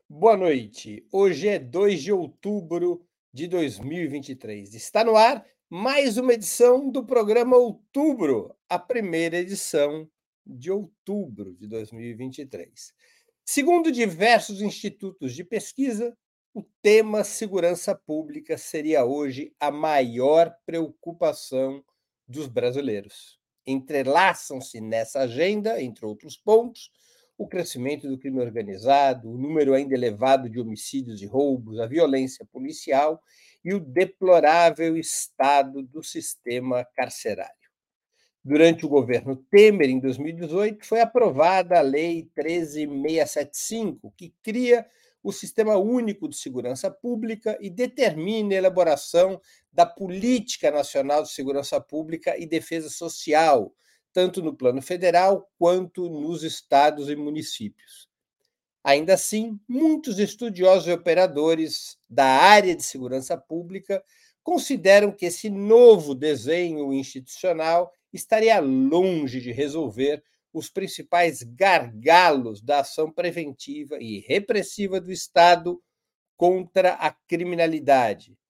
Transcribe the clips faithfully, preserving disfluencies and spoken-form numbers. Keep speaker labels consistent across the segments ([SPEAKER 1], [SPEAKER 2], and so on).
[SPEAKER 1] Boa noite. Hoje é dois de outubro de dois mil e vinte e três. Está no ar mais uma edição do programa Outubro, a primeira edição de outubro de dois mil e vinte e três. Segundo diversos institutos de pesquisa, o tema segurança pública seria hoje a maior preocupação dos brasileiros. Entrelaçam-se nessa agenda, entre outros pontos, o crescimento do crime organizado, o número ainda elevado de homicídios e roubos, a violência policial e o deplorável estado do sistema carcerário. Durante o governo Temer, em dois mil e dezoito, foi aprovada a Lei treze mil seiscentos e setenta e cinco, que cria o Sistema Único de Segurança Pública e determina a elaboração da Política Nacional de Segurança Pública e Defesa Social, tanto no plano federal quanto nos estados e municípios. Ainda assim, muitos estudiosos e operadores da área de segurança pública consideram que esse novo desenho institucional estaria longe de resolver os principais gargalos da ação preventiva e repressiva do Estado contra a criminalidade.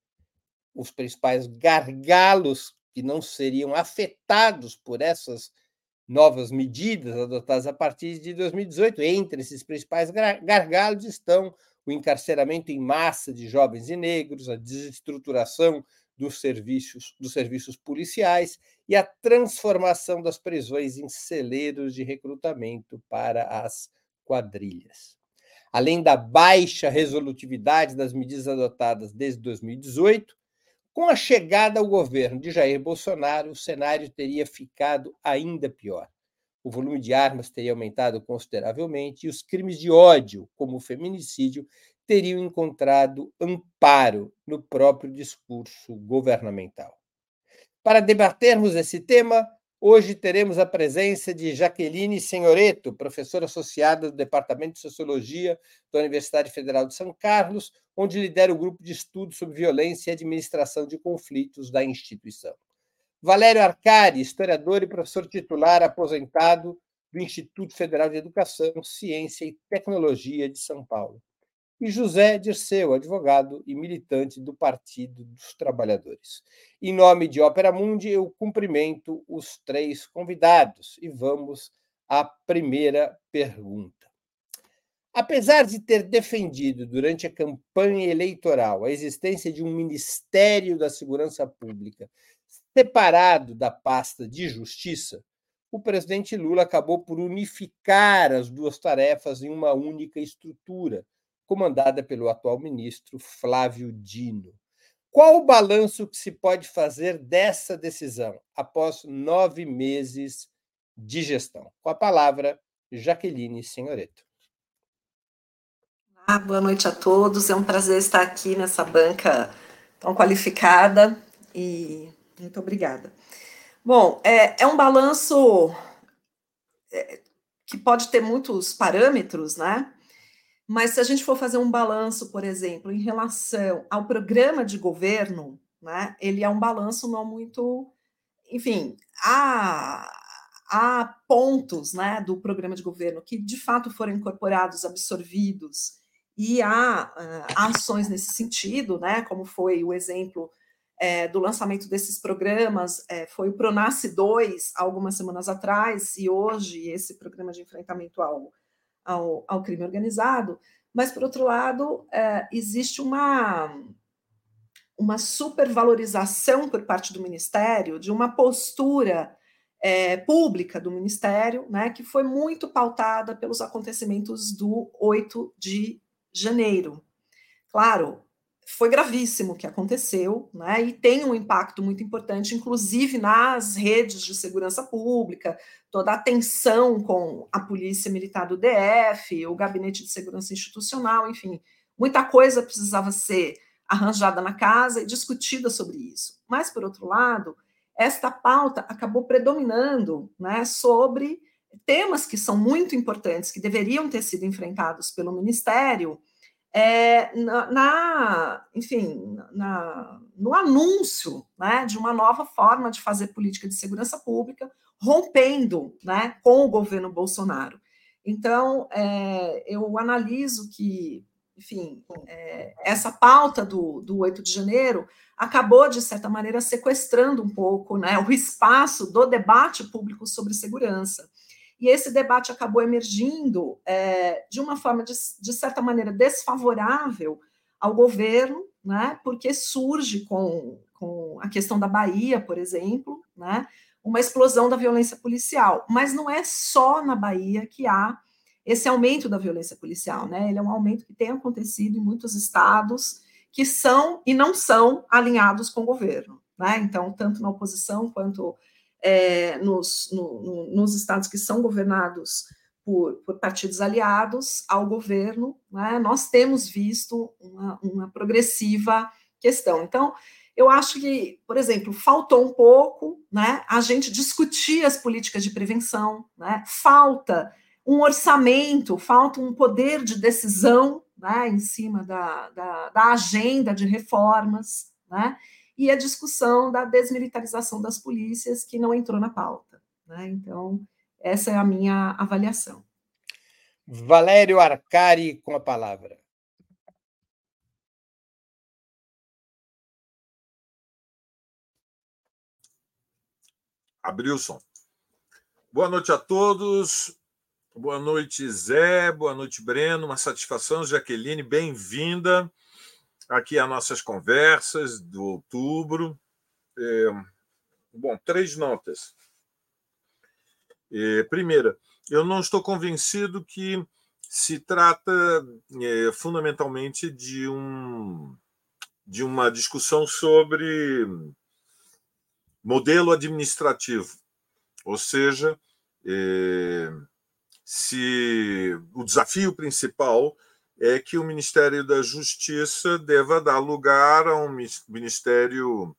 [SPEAKER 1] Os principais gargalos que não seriam afetados por essas novas medidas adotadas a partir de dois mil e dezoito. Entre esses principais gargalos estão o encarceramento em massa de jovens e negros, a desestruturação dos serviços, dos serviços policiais e a transformação das prisões em celeiros de recrutamento para as quadrilhas. Além da baixa resolutividade das medidas adotadas desde dois mil e dezoito, com a chegada ao governo de Jair Bolsonaro, o cenário teria ficado ainda pior. O volume de armas teria aumentado consideravelmente e os crimes de ódio, como o feminicídio, teriam encontrado amparo no próprio discurso governamental. Para debatermos esse tema, hoje teremos a presença de Jaqueline Senhoretto, professora associada do Departamento de Sociologia da Universidade Federal de São Carlos, onde lidera o grupo de estudos sobre violência e administração de conflitos da instituição. Valério Arcari, historiador e professor titular aposentado do Instituto Federal de Educação, Ciência e Tecnologia de São Paulo. E José Dirceu, advogado e militante do Partido dos Trabalhadores. Em nome de Opera Mundi, eu cumprimento os três convidados e vamos à primeira pergunta. Apesar de ter defendido durante a campanha eleitoral a existência de um Ministério da Segurança Pública separado da pasta de Justiça, o presidente Lula acabou por unificar as duas tarefas em uma única estrutura, comandada pelo atual ministro Flávio Dino. Qual o balanço que se pode fazer dessa decisão após nove meses de gestão? Com a palavra, Jaqueline Senhoretto.
[SPEAKER 2] Ah, boa noite a todos. É um prazer estar aqui nessa banca tão qualificada e muito obrigada. Bom, é, é um balanço é, que pode ter muitos parâmetros, né? Mas se a gente for fazer um balanço, por exemplo, em relação ao programa de governo, né, ele é um balanço não muito. Enfim, há, há pontos, né, do programa de governo que de fato foram incorporados, absorvidos, e há, há ações nesse sentido, né, como foi o exemplo é, do lançamento desses programas, é, foi o Pronasce dois, algumas semanas atrás, e hoje esse programa de enfrentamento ao, ao, ao crime organizado. Mas, por outro lado, é, existe uma, uma supervalorização por parte do Ministério de uma postura é, pública do Ministério, né, que foi muito pautada pelos acontecimentos do oito de janeiro. Claro, foi gravíssimo o que aconteceu, né, e tem um impacto muito importante, inclusive nas redes de segurança pública, toda a tensão com a Polícia Militar do D F, o Gabinete de Segurança Institucional, enfim, muita coisa precisava ser arranjada na casa e discutida sobre isso. Mas, por outro lado, esta pauta acabou predominando, né, sobre temas que são muito importantes, que deveriam ter sido enfrentados pelo Ministério, é, na, na, enfim, na, no anúncio, né, de uma nova forma de fazer política de segurança pública, rompendo, né, com o governo Bolsonaro. Então, é, eu analiso que enfim, é, essa pauta do, do oito de janeiro acabou, de certa maneira, sequestrando um pouco, né, o espaço do debate público sobre segurança. E esse debate acabou emergindo é, de uma forma, de, de certa maneira, desfavorável ao governo, né, porque surge com, com a questão da Bahia, por exemplo, né, uma explosão da violência policial. Mas não é só na Bahia que há esse aumento da violência policial, né? Ele é um aumento que tem acontecido em muitos estados que são e não são alinhados com o governo, né? Então, tanto na oposição quanto é, nos, no, no, nos estados que são governados por, por partidos aliados ao governo, né? Nós temos visto uma, uma progressiva questão. Então, eu acho que, por exemplo, faltou um pouco, né, a gente discutir as políticas de prevenção, né? Falta um orçamento, falta um poder de decisão, né, em cima da, da, da agenda de reformas, né, e a discussão da desmilitarização das polícias, que não entrou na pauta, né? Então, essa é a minha avaliação.
[SPEAKER 1] Valério Arcari, com a palavra.
[SPEAKER 3] Abriu o som. Boa noite a todos. Boa noite, Zé. Boa noite, Breno. Uma satisfação, Jaqueline. Bem-vinda aqui às nossas conversas do outubro. É, bom, três notas. É, primeira, eu não estou convencido que se trata é, fundamentalmente de, um, de uma discussão sobre modelo administrativo, ou seja, é, se o desafio principal é que o Ministério da Justiça deva dar lugar a um Ministério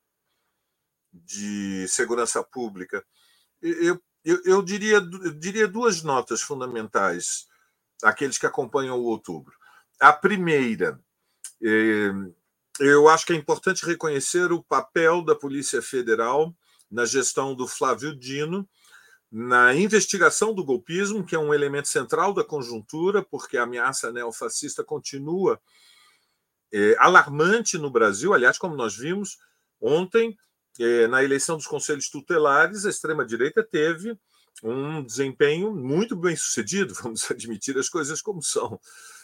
[SPEAKER 3] de Segurança Pública. Eu, eu, eu, diria, eu diria duas notas fundamentais àqueles que acompanham o outubro. A primeira, é, eu acho que é importante reconhecer o papel da Polícia Federal na gestão do Flávio Dino, na investigação do golpismo, que é um elemento central da conjuntura, porque a ameaça neofascista continua é, alarmante no Brasil. Aliás, como nós vimos ontem, é, na eleição dos conselhos tutelares, a extrema-direita teve um desempenho muito bem sucedido, vamos admitir as coisas como são.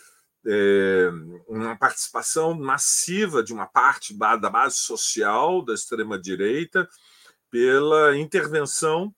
[SPEAKER 3] É, uma participação massiva de uma parte da base social da extrema-direita pela intervenção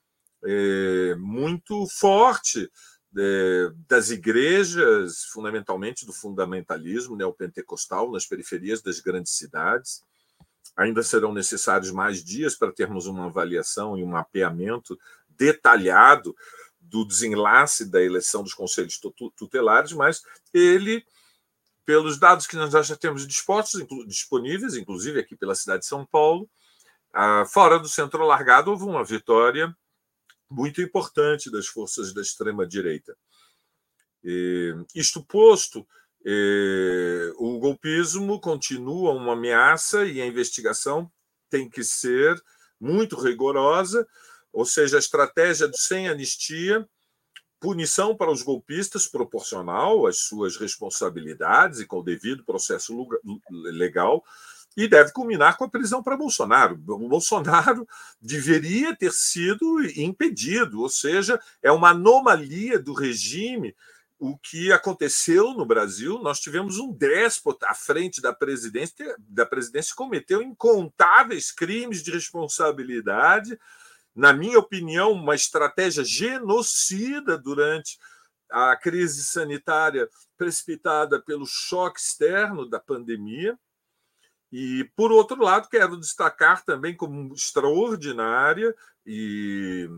[SPEAKER 3] é, muito forte é, das igrejas, fundamentalmente do fundamentalismo neopentecostal nas periferias das grandes cidades. Ainda serão necessários mais dias para termos uma avaliação e um mapeamento detalhado do desenlace da eleição dos conselhos tutelares, mas ele, pelos dados que nós já temos dispostos, disponíveis, inclusive aqui pela cidade de São Paulo, fora do centro alargado, houve uma vitória muito importante das forças da extrema-direita. Isto posto, o golpismo continua uma ameaça e a investigação tem que ser muito rigorosa, ou seja, a estratégia do sem anistia, punição para os golpistas proporcional às suas responsabilidades e com o devido processo legal, e deve culminar com a prisão para Bolsonaro. O Bolsonaro deveria ter sido impedido, ou seja, é uma anomalia do regime o que aconteceu no Brasil. Nós tivemos um déspota à frente da presidência, da presidência cometeu incontáveis crimes de responsabilidade, na minha opinião, uma estratégia genocida durante a crise sanitária precipitada pelo choque externo da pandemia. E, por outro lado, quero destacar também como extraordinária e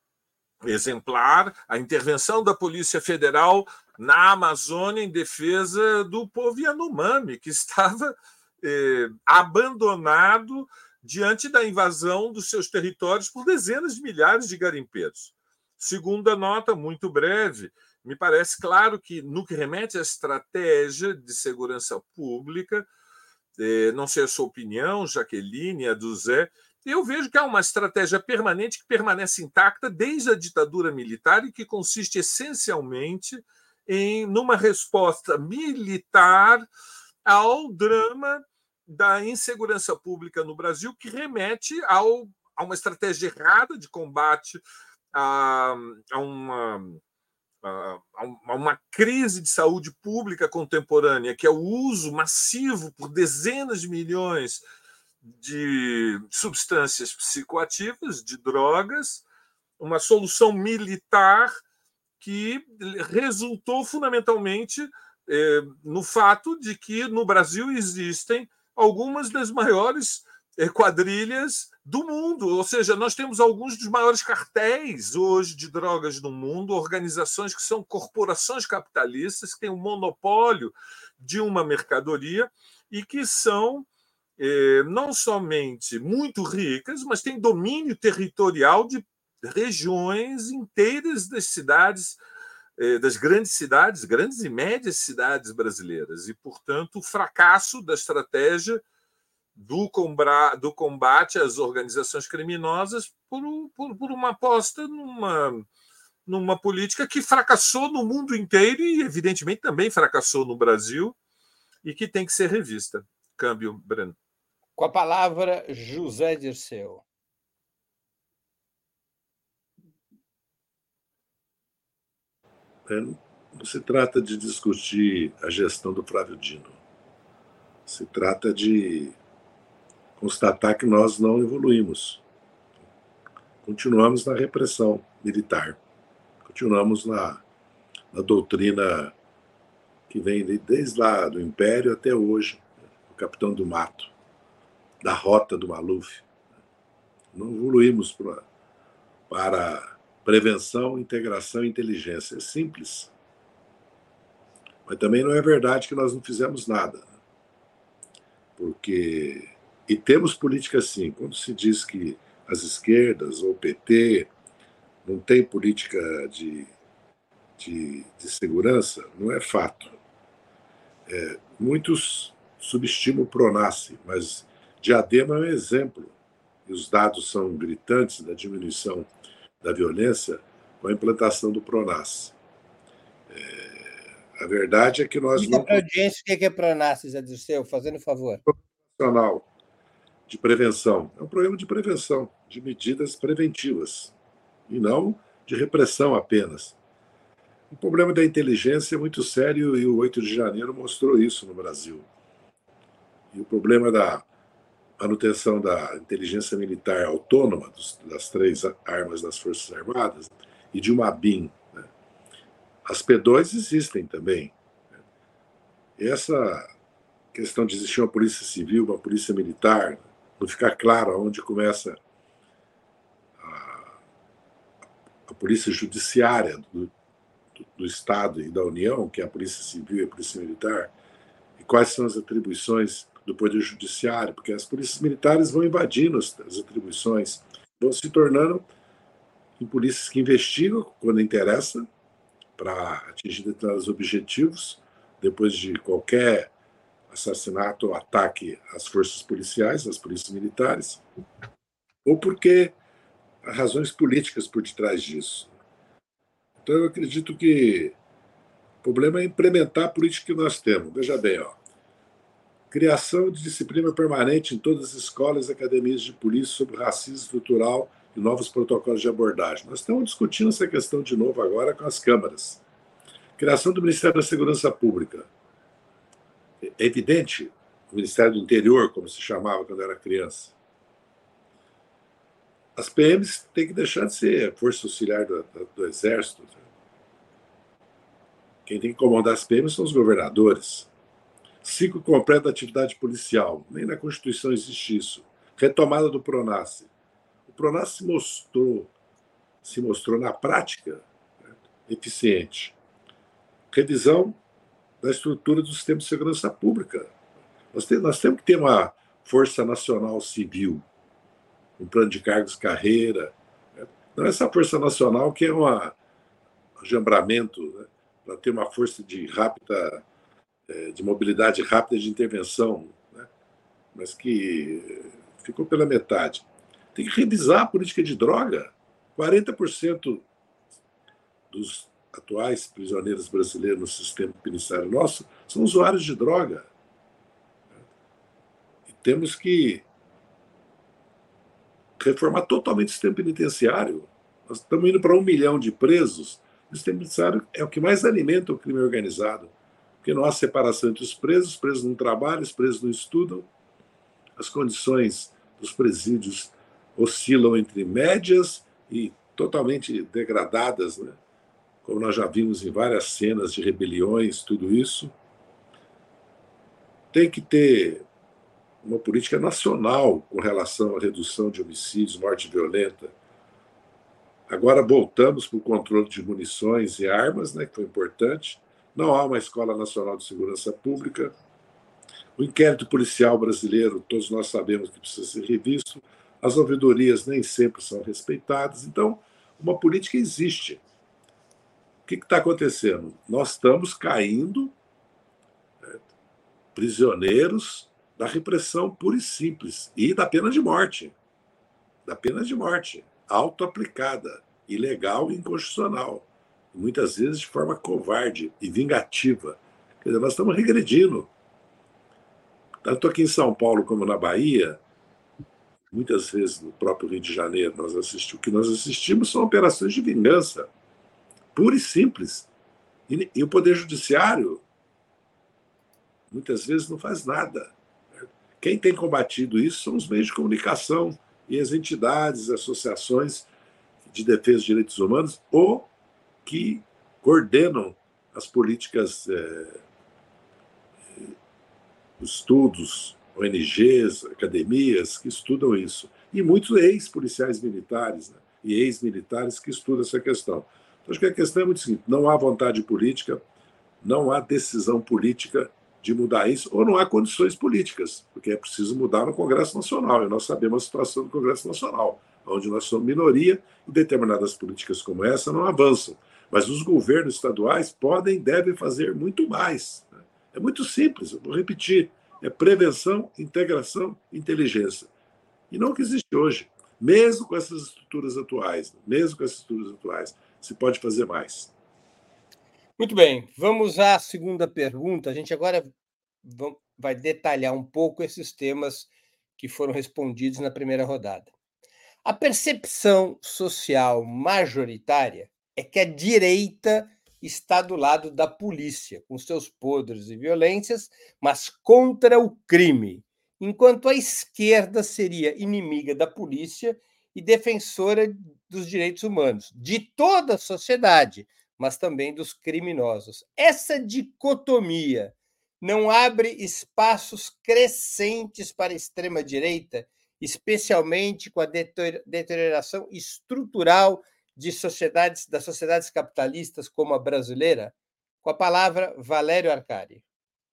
[SPEAKER 3] exemplar a intervenção da Polícia Federal na Amazônia em defesa do povo Yanomami, que estava eh, abandonado diante da invasão dos seus territórios por dezenas de milhares de garimpeiros. Segunda nota, muito breve, me parece claro que, no que remete à estratégia de segurança pública, não sei a sua opinião, Jaqueline, a do Zé, eu vejo que há uma estratégia permanente que permanece intacta desde a ditadura militar e que consiste essencialmente em numa resposta militar ao drama da insegurança pública no Brasil, que remete ao, a uma estratégia errada de combate a, a, uma, a uma crise de saúde pública contemporânea, que é o uso massivo por dezenas de milhões de substâncias psicoativas, de drogas, uma solução militar que resultou fundamentalmente eh, no fato de que no Brasil existem algumas das maiores eh, quadrilhas do mundo, ou seja, nós temos alguns dos maiores cartéis hoje de drogas no mundo, organizações que são corporações capitalistas, que têm um monopólio de uma mercadoria e que são eh, não somente muito ricas, mas têm domínio territorial de regiões inteiras das cidades, das grandes cidades, grandes e médias cidades brasileiras. E, portanto, o fracasso da estratégia do combate às organizações criminosas por, por, por uma aposta numa, numa política que fracassou no mundo inteiro e, evidentemente, também fracassou no Brasil e que tem que ser revista. Câmbio, Breno.
[SPEAKER 1] Com a palavra, José Dirceu.
[SPEAKER 4] Não se trata de discutir a gestão do Flávio Dino. Se trata de constatar que nós não evoluímos. Continuamos na repressão militar. Continuamos na, na doutrina que vem desde lá do Império até hoje, o Capitão do Mato, da rota do Maluf. Não evoluímos para, para prevenção, integração e inteligência. É simples. Mas também não é verdade que nós não fizemos nada. Porque... E temos política assim. Quando se diz que as esquerdas ou o P T não tem política de, de, de segurança, não é fato. É, muitos subestimam o Pronace, mas Diadema é um exemplo. E os dados são gritantes da diminuição da violência com a implantação do Pronace. É, a verdade é que nós
[SPEAKER 1] Diga
[SPEAKER 4] não...
[SPEAKER 1] para a audiência o que é Pronace, Zé Dirceu, fazendo favor.
[SPEAKER 4] Nacional de prevenção. É um programa de prevenção, de medidas preventivas, e não de repressão apenas. O problema da inteligência é muito sério e o oito de janeiro mostrou isso no Brasil. E o problema da manutenção da inteligência militar autônoma, dos, das três armas das Forças Armadas, e de uma B I M. Né? As P dois existem também. Essa questão de existir uma polícia civil, uma polícia militar, não ficar claro onde começa a, a polícia judiciária do, do, do Estado e da União, que é a polícia civil e a polícia militar, e quais são as atribuições do Poder Judiciário, porque as polícias militares vão invadindo as, as atribuições, vão se tornando em polícias que investigam quando interessa, para atingir determinados objetivos, depois de qualquer assassinato ou ataque às forças policiais, às polícias militares, ou porque há razões políticas por detrás disso. Então, eu acredito que o problema é implementar a política que nós temos. Veja bem, ó, criação de disciplina permanente em todas as escolas e academias de polícia sobre racismo estrutural e novos protocolos de abordagem. Nós estamos discutindo essa questão de novo agora com as câmaras. Criação do Ministério da Segurança Pública. É evidente, o Ministério do Interior, como se chamava quando era criança. As P Ms têm que deixar de ser força auxiliar do, do, do Exército. Quem tem que comandar as P Ms são os governadores. Ciclo completo da atividade policial. Nem na Constituição existe isso. Retomada do Pronace. O Pronace se mostrou, se mostrou na prática, né, eficiente. Revisão da estrutura do sistema de segurança pública. Nós, tem, nós temos que ter uma Força Nacional Civil, um plano de cargos carreira. Né? Não é essa Força Nacional que é um ajambramento, né, para ter uma força de rápida, de mobilidade rápida de intervenção, né, mas que ficou pela metade. Tem que revisar a política de droga. quarenta por cento dos atuais prisioneiros brasileiros no sistema penitenciário nosso são usuários de droga. E temos que reformar totalmente o sistema penitenciário. Nós estamos indo para um milhão de presos. O sistema penitenciário é o que mais alimenta o crime organizado, porque não há separação entre os presos, os presos não trabalham, os presos não estudam, as condições dos presídios oscilam entre médias e totalmente degradadas, né? Como nós já vimos em várias cenas de rebeliões, tudo isso. Tem que ter uma política nacional com relação à redução de homicídios, morte violenta. Agora voltamos para o controle de munições e armas, né, que foi importante. Não há uma Escola Nacional de Segurança Pública. O inquérito policial brasileiro, todos nós sabemos que precisa ser revisto. As ouvidorias nem sempre são respeitadas. Então, uma política existe. O que está acontecendo? Nós estamos caindo, né, prisioneiros da repressão pura e simples e da pena de morte. Da pena de morte, auto-aplicada, ilegal e inconstitucional. E muitas vezes de forma covarde e vingativa. Quer dizer, nós estamos regredindo. Tanto aqui em São Paulo como na Bahia, muitas vezes no próprio Rio de Janeiro, nós assistimos, o que nós assistimos são operações de vingança, pura e simples. E, e o Poder Judiciário, muitas vezes, não faz nada. Quem tem combatido isso são os meios de comunicação e as entidades, associações de defesa de direitos humanos ou que coordenam as políticas, é, estudos, O N Gs, academias que estudam isso. E muitos ex-policiais militares, né, e ex-militares que estudam essa questão. Então, acho que a questão é muito simples. Não há vontade política, não há decisão política de mudar isso, ou não há condições políticas, porque é preciso mudar no Congresso Nacional, e nós sabemos a situação do Congresso Nacional, onde nós somos minoria, e determinadas políticas como essa não avançam. Mas os governos estaduais podem e devem fazer muito mais. É muito simples, eu vou repetir, é prevenção, integração, inteligência. E não o que existe hoje. Mesmo com essas estruturas atuais, mesmo com essas estruturas atuais, se pode fazer mais.
[SPEAKER 1] Muito bem, vamos à segunda pergunta. A gente agora vai detalhar um pouco esses temas que foram respondidos na primeira rodada. A percepção social majoritária é que a direita está do lado da polícia, com seus podres e violências, mas contra o crime, enquanto a esquerda seria inimiga da polícia e defensora dos direitos humanos, de toda a sociedade, mas também dos criminosos. Essa dicotomia não abre espaços crescentes para a extrema-direita, especialmente com a deterioração estrutural de sociedades, das sociedades capitalistas como a brasileira? Com a palavra, Valério Arcari.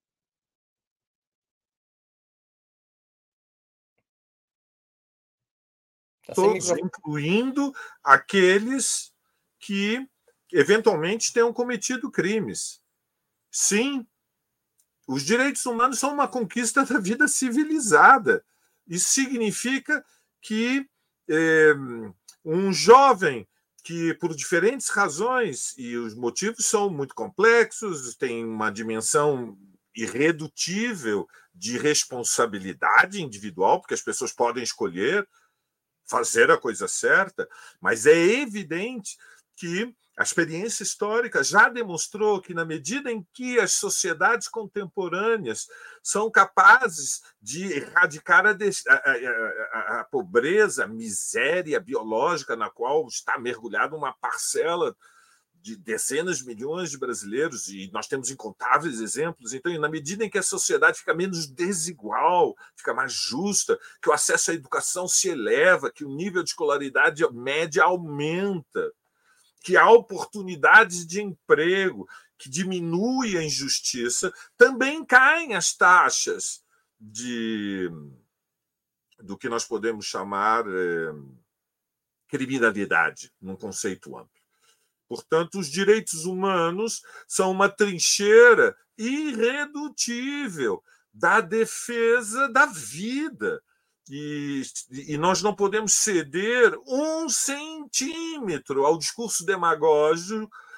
[SPEAKER 3] Tá Todos, incluindo aqueles que eventualmente tenham cometido crimes. Sim, os direitos humanos são uma conquista da vida civilizada. Isso significa que é, um jovem que, por diferentes razões, e os motivos são muito complexos, tem uma dimensão irredutível de responsabilidade individual, porque as pessoas podem escolher fazer a coisa certa, mas é evidente que a experiência histórica já demonstrou que, na medida em que as sociedades contemporâneas são capazes de erradicar a, a, a, a pobreza, a miséria biológica na qual está mergulhada uma parcela de dezenas de milhões de brasileiros, e nós temos incontáveis exemplos. Então, na medida em que a sociedade fica menos desigual, fica mais justa, que o acesso à educação se eleva, que o nível de escolaridade média aumenta, que há oportunidades de emprego, que diminui a injustiça, também caem as taxas de, do que nós podemos chamar é, criminalidade, num conceito amplo. Portanto, os direitos humanos são uma trincheira irredutível da defesa da vida. E, e nós não podemos ceder um centímetro ao discurso demagógico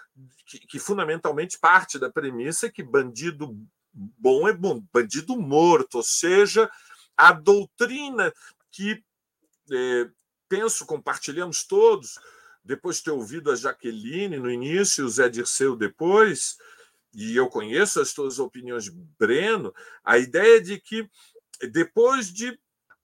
[SPEAKER 3] que, que fundamentalmente parte da premissa que bandido bom é bom, bandido morto, ou seja, a doutrina que, é, penso, compartilhamos todos, depois de ter ouvido a Jaqueline no início, o Zé Dirceu depois, e eu conheço as tuas opiniões, Breno, a ideia de que, depois de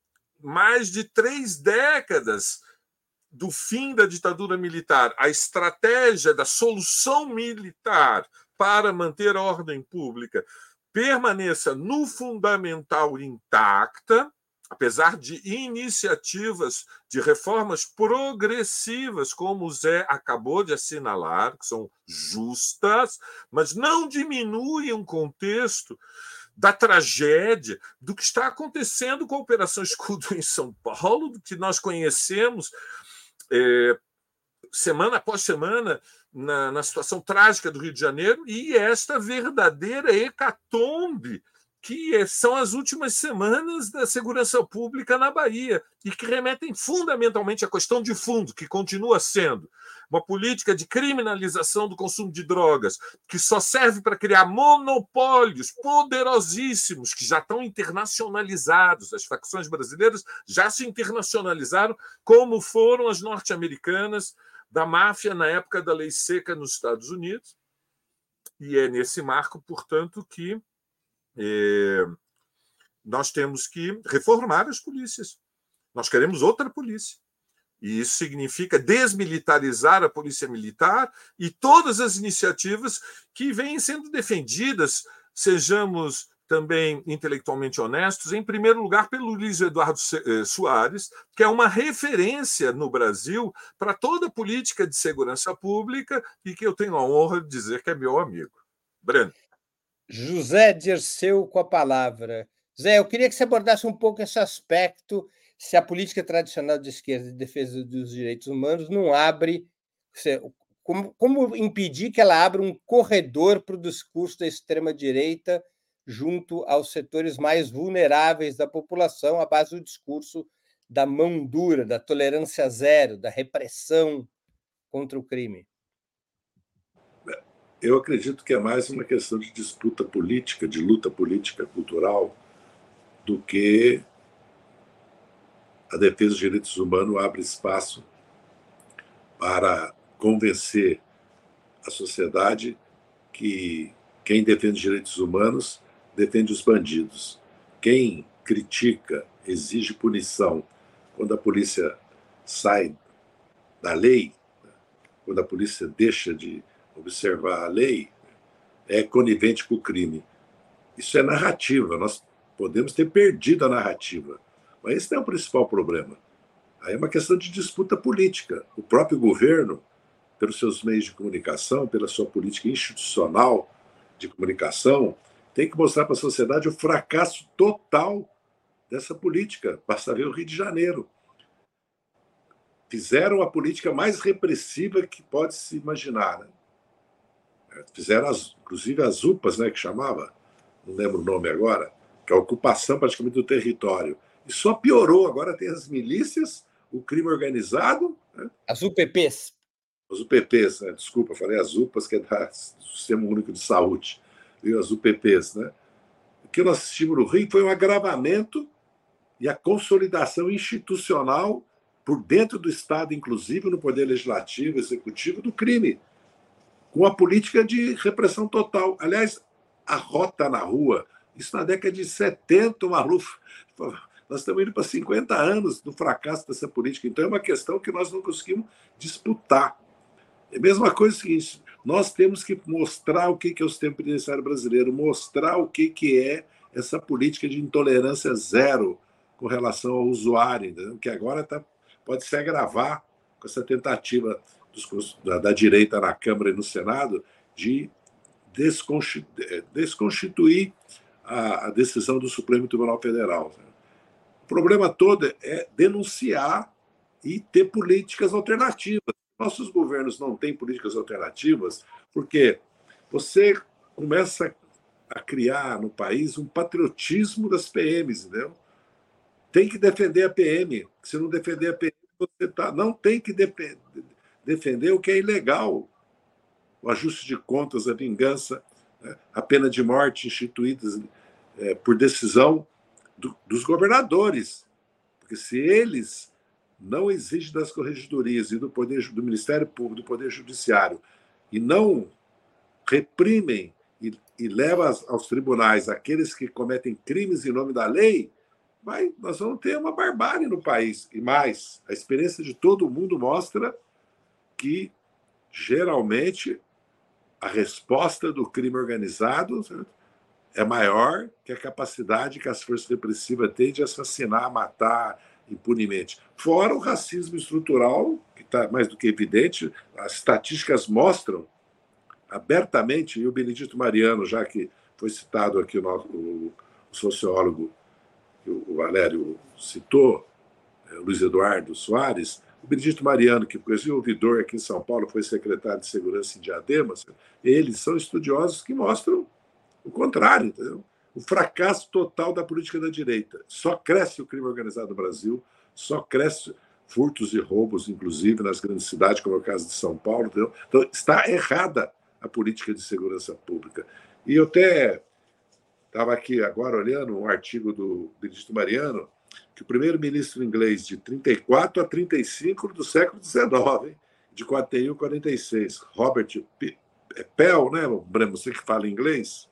[SPEAKER 3] mais de três décadas do fim da ditadura militar, a estratégia da solução militar para manter a ordem pública permaneça no fundamental intacta, apesar de iniciativas de reformas progressivas, como o Zé acabou de assinalar, que são justas, mas não diminuem o contexto da tragédia, do que está acontecendo com a Operação Escudo em São Paulo, do que nós conhecemos é, semana após semana na, na situação trágica do Rio de Janeiro, e esta verdadeira hecatombe que são as últimas semanas da segurança pública na Bahia e que remetem fundamentalmente à questão de fundo, que continua sendo uma política de criminalização do consumo de drogas, que só serve para criar monopólios poderosíssimos que já estão internacionalizados. As facções brasileiras já se internacionalizaram, como foram as norte-americanas da máfia na época da lei seca nos Estados Unidos. E é nesse marco, portanto, que É, nós temos que reformar as polícias. Nós queremos outra polícia. E isso significa desmilitarizar a polícia militar e todas as iniciativas que vêm sendo defendidas, sejamos também intelectualmente honestos, em primeiro lugar pelo Luiz Eduardo Soares, que é uma referência no Brasil para toda a política de segurança pública e que eu tenho a honra de dizer que é meu amigo. Breno.
[SPEAKER 1] José Dirceu com a palavra. Zé, eu queria que você abordasse um pouco esse aspecto, se a política tradicional de esquerda de defesa dos direitos humanos não abre, como, como impedir que ela abra um corredor para o discurso da extrema-direita junto aos setores mais vulneráveis da população, à base do discurso da mão dura, da tolerância zero, da repressão contra o crime.
[SPEAKER 4] Eu acredito que é mais uma questão de disputa política, de luta política cultural, do que a defesa dos direitos humanos abre espaço para convencer a sociedade que quem defende os direitos humanos defende os bandidos. Quem critica, exige punição quando a polícia sai da lei, quando a polícia deixa de observar a lei, é conivente com o crime. Isso é narrativa. Nós podemos ter perdido a narrativa, mas esse não é o principal problema. Aí é uma questão de disputa política. O próprio governo, pelos seus meios de comunicação, pela sua política institucional de comunicação, tem que mostrar para a sociedade o fracasso total dessa política. Basta ver o Rio de Janeiro. Fizeram a política mais repressiva que pode se imaginar, né? Fizeram, as, inclusive, as U P As, né, que chamava, não lembro o nome agora, que é a ocupação praticamente do território. E só piorou. Agora tem as milícias, o crime organizado. Né?
[SPEAKER 1] As U P Ps.
[SPEAKER 4] As U P Ps, né? Desculpa, falei as U P As, que é do Sistema Único de Saúde. Viu? As U P Ps. Né? O que nós assistimos no Rio foi um agravamento e a consolidação institucional por dentro do Estado, inclusive no Poder Legislativo, Executivo, do crime, com a política de repressão total. Aliás, a rota na rua, isso na década de setenta, Maluf, nós estamos indo para cinquenta anos do fracasso dessa política. Então, é uma questão que nós não conseguimos disputar. É a mesma coisa é o seguinte, nós temos que mostrar o que é o sistema penitenciário brasileiro, mostrar o que é essa política de intolerância zero com relação ao usuário, entendeu? Que agora tá, pode se agravar com essa tentativa dos, da, da direita na Câmara e no Senado de desconstituir, desconstituir a, a decisão do Supremo Tribunal Federal. O problema todo é denunciar e ter políticas alternativas. Nossos governos não têm políticas alternativas porque você começa a criar no país um patriotismo das P Ms, entendeu? Tem que defender a P M. Se não defender a P M, você tá, não tem que defender o que é ilegal. o ajuste de contas, a vingança, a pena de morte instituídas é, por decisão do, dos governadores. Porque se eles não exigem das corregedorias e do, poder, do Ministério Público, do Poder Judiciário, e não reprimem e, e levam aos tribunais aqueles que cometem crimes em nome da lei, vai, nós vamos ter uma barbárie no país. E mais, a experiência de todo mundo mostra que, geralmente, a resposta do crime organizado, certo, é maior que a capacidade que as forças repressivas têm de assassinar, matar impunemente. Fora o racismo estrutural, que está mais do que evidente, as estatísticas mostram abertamente, e o Benedito Mariano, já que foi citado aqui o, nosso, o sociólogo que o Valério citou, Luiz Eduardo Soares, o Benedito Mariano, que foi ouvidor aqui em São Paulo, foi secretário de Segurança em Diadema, eles são estudiosos que mostram o contrário, entendeu? O fracasso total da política da direita. Só cresce o crime organizado no Brasil, só cresce furtos e roubos, inclusive nas grandes cidades, como é o caso de São Paulo. Entendeu? Então, está errada a política de segurança pública. E eu até estava aqui agora olhando um artigo do Benedito Mariano, que o primeiro-ministro inglês de trinta e quatro a trinta e cinco do século dezenove, hein? De quarenta e um a quarenta e seis, Robert Pell, né, você que fala inglês,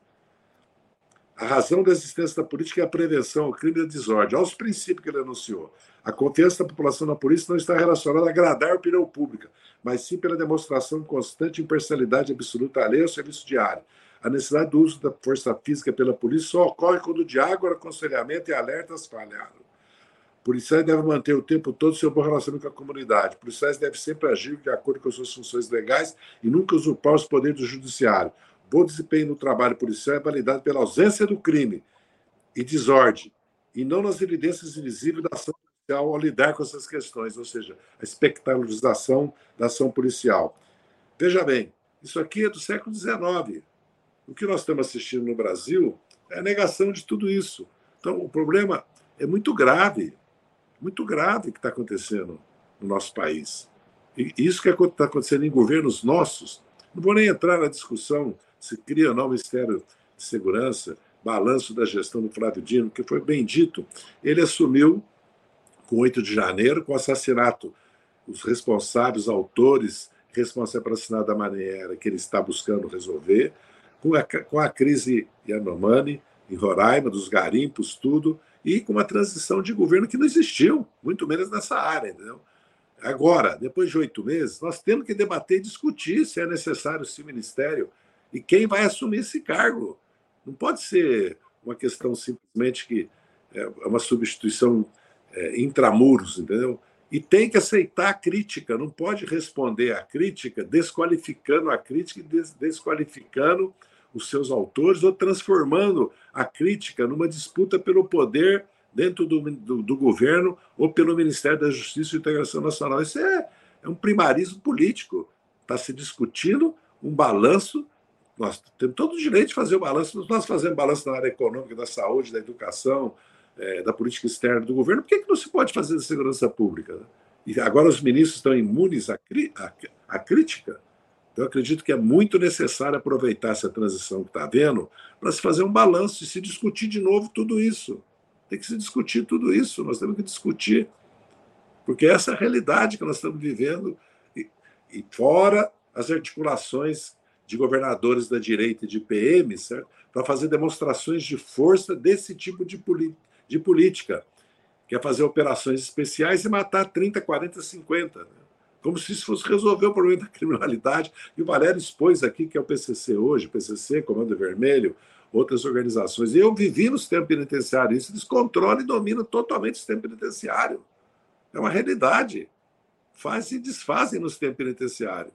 [SPEAKER 4] a razão da existência da política é a prevenção ao crime e à desordem. Olha os princípios que ele anunciou. A confiança da população na polícia não está relacionada a agradar a opinião pública, mas sim pela demonstração de constante imparcialidade absoluta à lei ao serviço diário. A necessidade do uso da força física pela polícia só ocorre quando o diálogo, aconselhamento e alertas falharam. Policiais devem manter o tempo todo seu bom relacionamento com a comunidade. Policiais devem sempre agir de acordo com as suas funções legais e nunca usurpar os poderes do judiciário. Bom desempenho no trabalho policial é validado pela ausência do crime e desordem, e não nas evidências invisíveis da ação policial ao lidar com essas questões, ou seja, a espectacularização da ação policial. Veja bem, isso aqui é do século dezenove. O que nós estamos assistindo no Brasil é a negação de tudo isso. Então, o problema é muito grave, muito grave que está acontecendo no nosso país. E isso que está acontecendo em governos nossos, não vou nem entrar na discussão se cria ou não o Ministério de Segurança, balanço da gestão do Flávio Dino, que foi bem dito, ele assumiu com oito de janeiro, com o assassinato, os responsáveis, os autores responsáveis por assassinar da maneira que ele está buscando resolver, com a, com a crise Yanomami, em Roraima, dos garimpos, tudo, e com uma transição de governo que não existiu, muito menos nessa área, entendeu? Agora, depois de oito meses, nós temos que debater e discutir se é necessário esse ministério e quem vai assumir esse cargo. Não pode ser uma questão simplesmente que é uma substituição é, intramuros, entendeu? E tem que aceitar a crítica, não pode responder à crítica desqualificando a crítica e des desqualificando os seus autores ou transformando a crítica numa disputa pelo poder dentro do, do, do governo ou pelo Ministério da Justiça e Integração Nacional. Isso é, é um primarismo político. Está se discutindo um balanço. Nós temos todo o direito de fazer o balanço. Nós fazemos balanço na área econômica, da saúde, da educação, é, da política externa do governo. Por que, que não se pode fazer da segurança pública? Né? E agora os ministros estão imunes à, à, à crítica. Então, eu acredito que é muito necessário aproveitar essa transição que está havendo para se fazer um balanço e se discutir de novo tudo isso. Tem que se discutir tudo isso, nós temos que discutir, porque essa é a realidade que nós estamos vivendo, e, e fora as articulações de governadores da direita e de P M, certo? Para fazer demonstrações de força desse tipo de, de política, que é fazer operações especiais e matar trinta, quarenta, cinquenta, né? Como se isso fosse resolver o problema da criminalidade. E o Valério expôs aqui que é o P C C hoje, P C C, Comando Vermelho, outras organizações. E eu vivi no sistema penitenciário. Isso descontrola e domina totalmente o sistema penitenciário. É uma realidade. Fazem e desfazem no sistema penitenciário.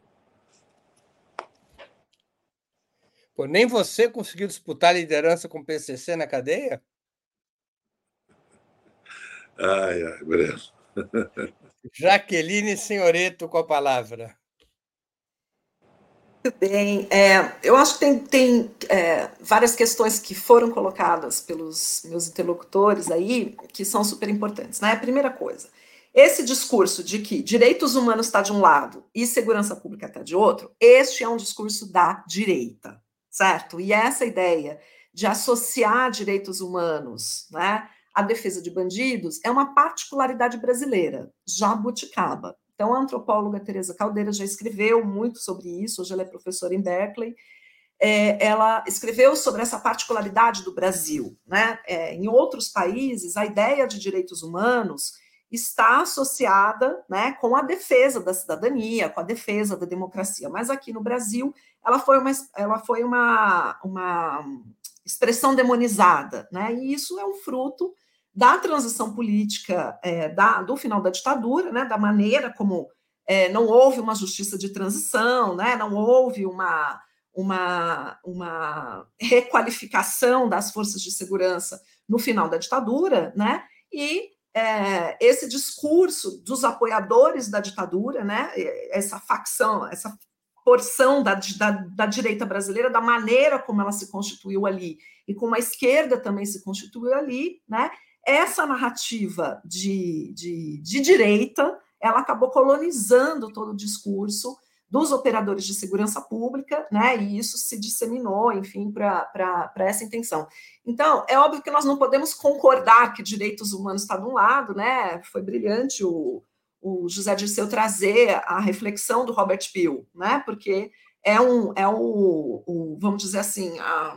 [SPEAKER 1] Pô, nem você conseguiu disputar a liderança com o P C C na cadeia?
[SPEAKER 4] Ai, ai, Breno.
[SPEAKER 1] Jaqueline Senhoreto com a palavra.
[SPEAKER 2] Muito bem. É, eu acho que tem, tem é, várias questões que foram colocadas pelos meus interlocutores aí que são super importantes. Né? A primeira coisa, esse discurso de que direitos humanos está de um lado e segurança pública está de outro, este é um discurso da direita, certo? E essa ideia de associar direitos humanos, né, à defesa de bandidos é uma particularidade brasileira, jabuticaba. Então, a antropóloga Teresa Caldeira já escreveu muito sobre isso, hoje ela é professora em Berkeley. É, ela escreveu sobre essa particularidade do Brasil, né? É, em outros países, a ideia de direitos humanos está associada, né, com a defesa da cidadania, com a defesa da democracia, mas aqui no Brasil ela foi uma, ela foi uma, uma expressão demonizada, né? E isso é um fruto da transição política é, da, do final da ditadura, né, da maneira como é, não houve uma justiça de transição, né, não houve uma, uma, uma requalificação das forças de segurança no final da ditadura, né, e é, esse discurso dos apoiadores da ditadura, né, essa facção, essa porção da, da, da direita brasileira, da maneira como ela se constituiu ali, e como a esquerda também se constituiu ali, né, essa narrativa de, de, de direita, ela acabou colonizando todo o discurso dos operadores de segurança pública, né, e isso se disseminou, enfim, para essa intenção. Então, é óbvio que nós não podemos concordar que direitos humanos está de um lado, né, foi brilhante o, o José Dirceu trazer a reflexão do Robert Peel, né, porque é, um, é o, o vamos dizer assim, a...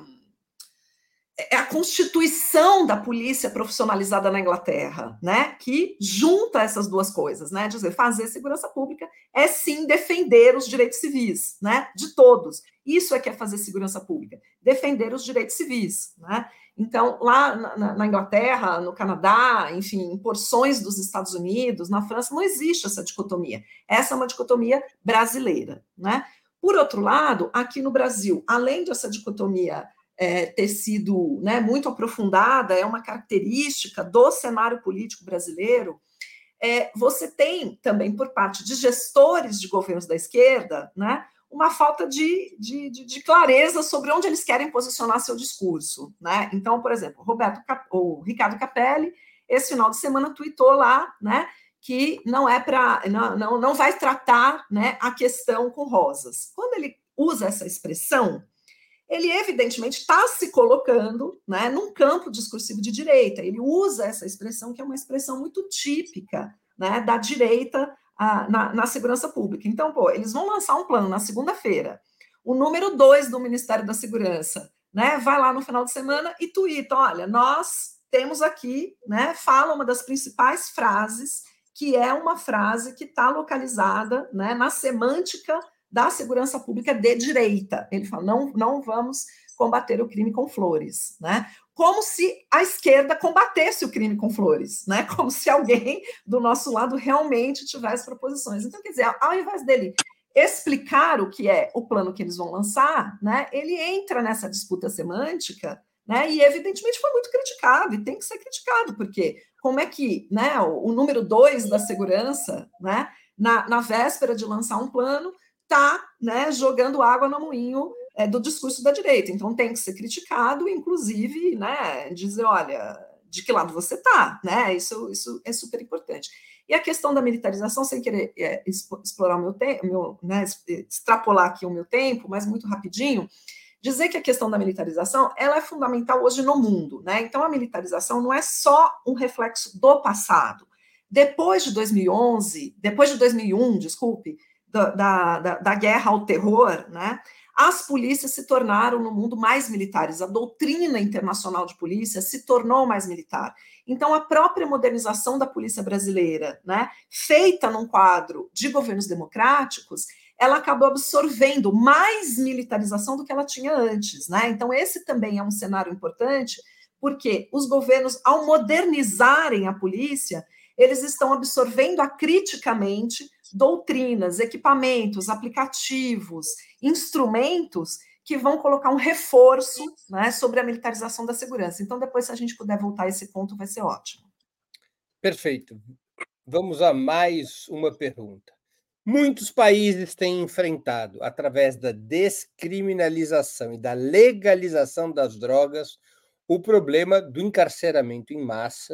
[SPEAKER 2] é a constituição da polícia profissionalizada na Inglaterra, né, que junta essas duas coisas, né, dizer, fazer segurança pública é sim defender os direitos civis, né, de todos. Isso é que é fazer segurança pública, defender os direitos civis, né. Então, lá na, na Inglaterra, no Canadá, enfim, em porções dos Estados Unidos, na França, não existe essa dicotomia. Essa é uma dicotomia brasileira, né. Por outro lado, aqui no Brasil, além dessa dicotomia É, ter sido, né, muito aprofundada, é uma característica do cenário político brasileiro, é, você tem também, por parte de gestores de governos da esquerda, né, uma falta de, de, de, de clareza sobre onde eles querem posicionar seu discurso, né? Então, por exemplo, Roberto Cap... o Ricardo Capelli, esse final de semana, tweetou lá, né, que não é para, não, não, não vai tratar, né, a questão com rosas. Quando ele usa essa expressão, ele evidentemente está se colocando, né, num campo discursivo de direita. Ele usa essa expressão, que é uma expressão muito típica, né, da direita a, na, na segurança pública. Então, pô, eles vão lançar um plano na segunda-feira. O número dois do Ministério da Segurança, né, vai lá no final de semana e tuita, olha, nós temos aqui, né, fala uma das principais frases, que é uma frase que está localizada, né, na semântica da segurança pública de direita. Ele fala, não, não vamos combater o crime com flores, né? Como se a esquerda combatesse o crime com flores, né? Como se alguém do nosso lado realmente tivesse proposições. Então, quer dizer, ao invés dele explicar o que é o plano que eles vão lançar, né, ele entra nessa disputa semântica, né, e evidentemente foi muito criticado, e tem que ser criticado, porque como é que, né, o, o número dois da segurança, né, na, na véspera de lançar um plano, está, né, jogando água no moinho é, do discurso da direita. Então tem que ser criticado, inclusive, né, dizer, olha, de que lado você está, né? Isso, isso é super importante. E a questão da militarização, sem querer é, explorar o meu tempo, meu, né, extrapolar aqui o meu tempo, mas muito rapidinho, dizer que a questão da militarização ela é fundamental hoje no mundo, né? Então a militarização não é só um reflexo do passado. Depois de dois mil e onze, depois de dois mil e um, desculpe, Da, da, da guerra ao terror, né, as polícias se tornaram no mundo mais militares, a doutrina internacional de polícia se tornou mais militar. Então, a própria modernização da polícia brasileira, né, feita num quadro de governos democráticos, ela acabou absorvendo mais militarização do que ela tinha antes, né? Então, esse também é um cenário importante, porque os governos, ao modernizarem a polícia, eles estão absorvendo acriticamente doutrinas, equipamentos, aplicativos, instrumentos que vão colocar um reforço, né, sobre a militarização da segurança. Então, depois, se a gente puder voltar a esse ponto, vai ser ótimo.
[SPEAKER 1] Perfeito. Vamos a mais uma pergunta. Muitos países têm enfrentado, através da descriminalização e da legalização das drogas, o problema do encarceramento em massa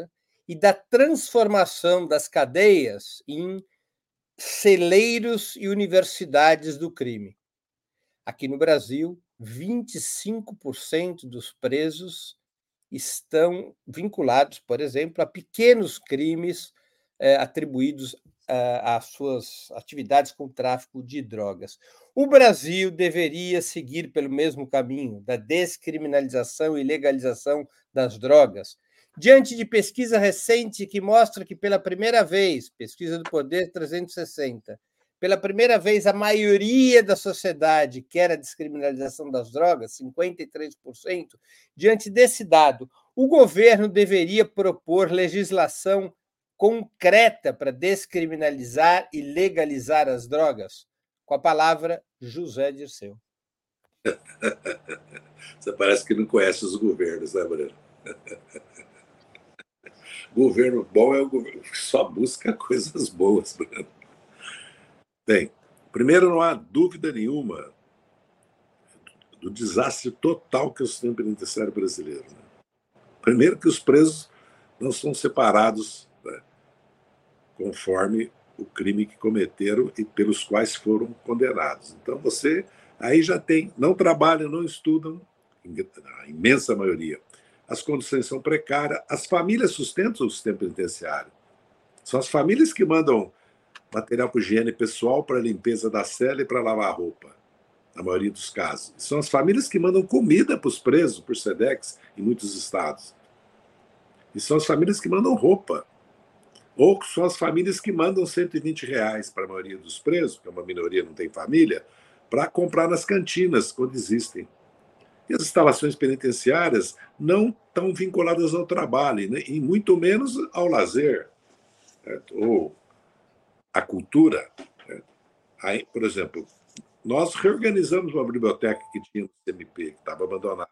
[SPEAKER 1] e da transformação das cadeias em celeiros e universidades do crime. Aqui no Brasil, vinte e cinco por cento dos presos estão vinculados, por exemplo, a pequenos crimes eh, atribuídos às suas atividades com tráfico de drogas. O Brasil deveria seguir pelo mesmo caminho da descriminalização e legalização das drogas. Diante de pesquisa recente que mostra que, pela primeira vez, pesquisa do Poder trezentos e sessenta, pela primeira vez, a maioria da sociedade quer a descriminalização das drogas, cinquenta e três por cento. Diante desse dado, o governo deveria propor legislação concreta para descriminalizar e legalizar as drogas? Com a palavra, José Dirceu.
[SPEAKER 4] Você parece que não conhece os governos, né, Breno? Governo bom é o governo que só busca coisas boas, Breno. Bem, primeiro, não há dúvida nenhuma do desastre total que é o sistema penitenciário brasileiro. Né? Primeiro, que os presos não são separados, né, conforme o crime que cometeram e pelos quais foram condenados. Então, você aí já tem, não trabalham, não estudam, a imensa maioria. As condições são precárias, as famílias sustentam o sistema penitenciário. São as famílias que mandam material para higiene pessoal, para limpeza da cela e para lavar a roupa, na maioria dos casos. São as famílias que mandam comida para os presos, por SEDEX, em muitos estados. E são as famílias que mandam roupa. Ou são as famílias que mandam cento e vinte reais para a maioria dos presos, porque uma minoria não tem família, para comprar nas cantinas, quando existem. E as instalações penitenciárias não estão vinculadas ao trabalho, né? E muito menos ao lazer, certo? Ou à cultura. Né? Aí, por exemplo, nós reorganizamos uma biblioteca que tinha no C M P, que estava abandonada.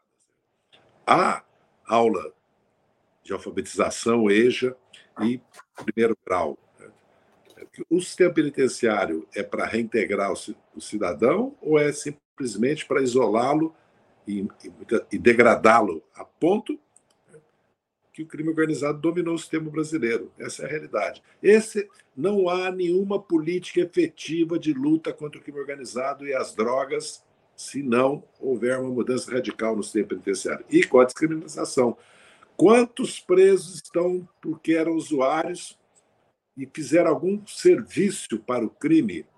[SPEAKER 4] A aula de alfabetização, EJA e primeiro grau. Né? O sistema penitenciário é para reintegrar o cidadão ou é simplesmente para isolá-lo e, e, e degradá-lo a ponto que o crime organizado dominou o sistema brasileiro? Essa é a realidade. Esse, não há nenhuma política efetiva de luta contra o crime organizado e as drogas se não houver uma mudança radical no sistema penitenciário. E com a descriminalização. Quantos presos estão porque eram usuários e fizeram algum serviço para o crime?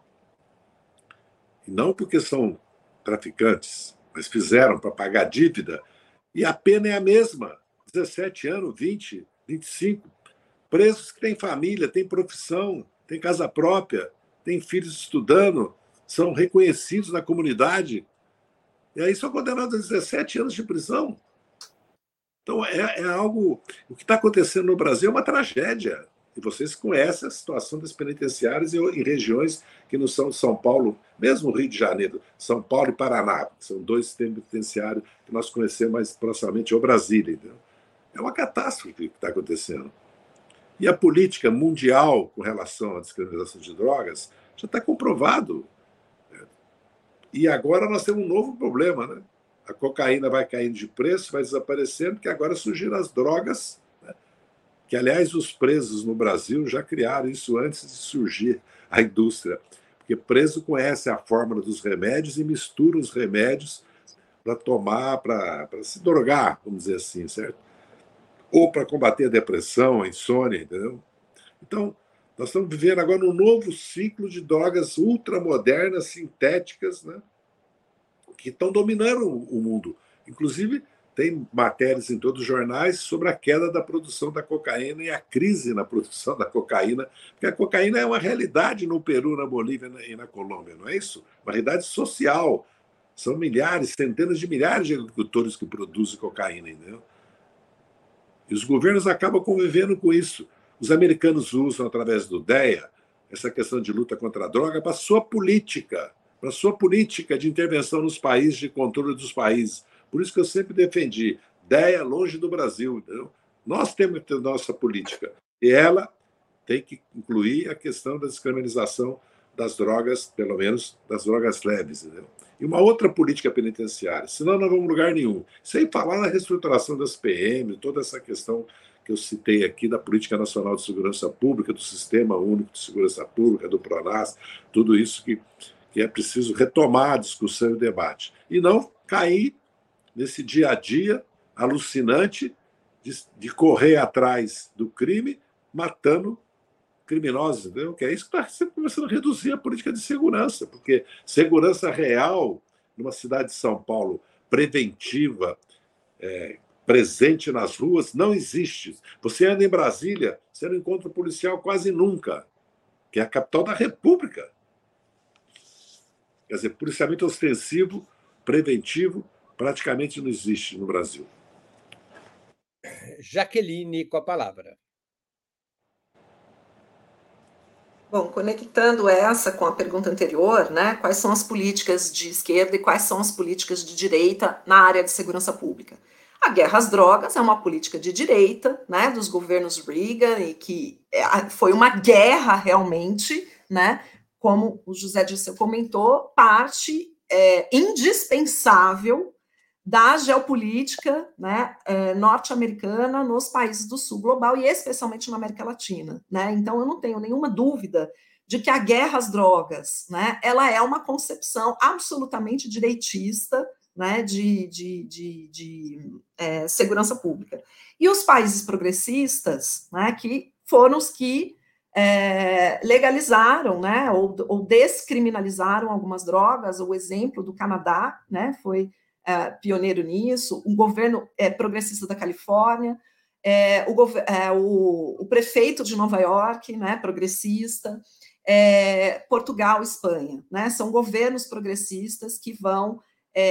[SPEAKER 4] E não porque são traficantes, mas fizeram para pagar dívida, e a pena é a mesma, dezessete anos, vinte, vinte e cinco. Presos que têm família, têm profissão, têm casa própria, têm filhos estudando, são reconhecidos na comunidade, e aí são condenados a dezessete anos de prisão. Então, é, é algo... O que está acontecendo no Brasil é uma tragédia. E vocês conhecem a situação das penitenciárias em, em regiões que não são São Paulo, mesmo Rio de Janeiro, São Paulo e Paraná. São dois sistemas penitenciários que nós conhecemos mais proximamente, ou Brasília. Entendeu? É uma catástrofe que está acontecendo. E a política mundial com relação à descriminalização de drogas já está comprovado. E agora nós temos um novo problema, né? A cocaína vai caindo de preço, vai desaparecendo, porque agora surgiram as drogas, né? Que, aliás, os presos no Brasil já criaram isso antes de surgir a indústria. Porque preso conhece a fórmula dos remédios e mistura os remédios para tomar, para se drogar, vamos dizer assim, certo? Ou para combater a depressão, a insônia, entendeu? Então, nós estamos vivendo agora um novo ciclo de drogas ultramodernas, sintéticas, né? Que estão dominando o mundo. Inclusive, tem matérias em todos os jornais sobre a queda da produção da cocaína e a crise na produção da cocaína, porque a cocaína é uma realidade no Peru, na Bolívia e na Colômbia, não é isso? Uma realidade social. São milhares, centenas de milhares de agricultores que produzem cocaína, entendeu? E os governos acabam convivendo com isso. Os americanos usam, através do D E A, essa questão de luta contra a droga para a sua política, para a sua política de intervenção nos países, de controle dos países. Por isso que eu sempre defendi, D E A longe do Brasil. Entendeu? Nós temos que ter nossa política. E ela tem que incluir a questão da descriminalização das drogas, pelo menos das drogas leves. Entendeu? E uma outra política penitenciária, senão não vamos a lugar nenhum. Sem falar na reestruturação das P M, toda essa questão que eu citei aqui, da Política Nacional de Segurança Pública, do Sistema Único de Segurança Pública, do PRONAS, tudo isso que, que é preciso retomar a discussão e o debate. E não cair nesse dia a dia alucinante de, de correr atrás do crime, matando criminosos, entendeu? Que é isso que está começando a reduzir a política de segurança, porque segurança real numa cidade de São Paulo, preventiva, é, presente nas ruas, não existe. Você anda em Brasília, você não encontra policial quase nunca, que é a capital da República. Quer dizer, policiamento ostensivo, preventivo, praticamente não existe no Brasil.
[SPEAKER 1] Jaqueline, com a palavra.
[SPEAKER 2] Bom, conectando essa com a pergunta anterior, né, quais são as políticas de esquerda e quais são as políticas de direita na área de segurança pública? A guerra às drogas é uma política de direita, né, dos governos Reagan, e que foi uma guerra realmente, né, como o José Dirceu comentou, parte é, indispensável da geopolítica, né, é, norte-americana nos países do sul global e especialmente na América Latina, né? Então eu não tenho nenhuma dúvida de que a guerra às drogas, né, ela é uma concepção absolutamente direitista, né, de, de, de, de é, segurança pública. E os países progressistas, né, que foram os que é, legalizaram, né, ou, ou descriminalizaram algumas drogas. O exemplo do Canadá, né, foi é, pioneiro nisso, um governo é, progressista da Califórnia, é, o, é, o, o prefeito de Nova York, né, progressista, é, Portugal, Espanha, né, são governos progressistas que vão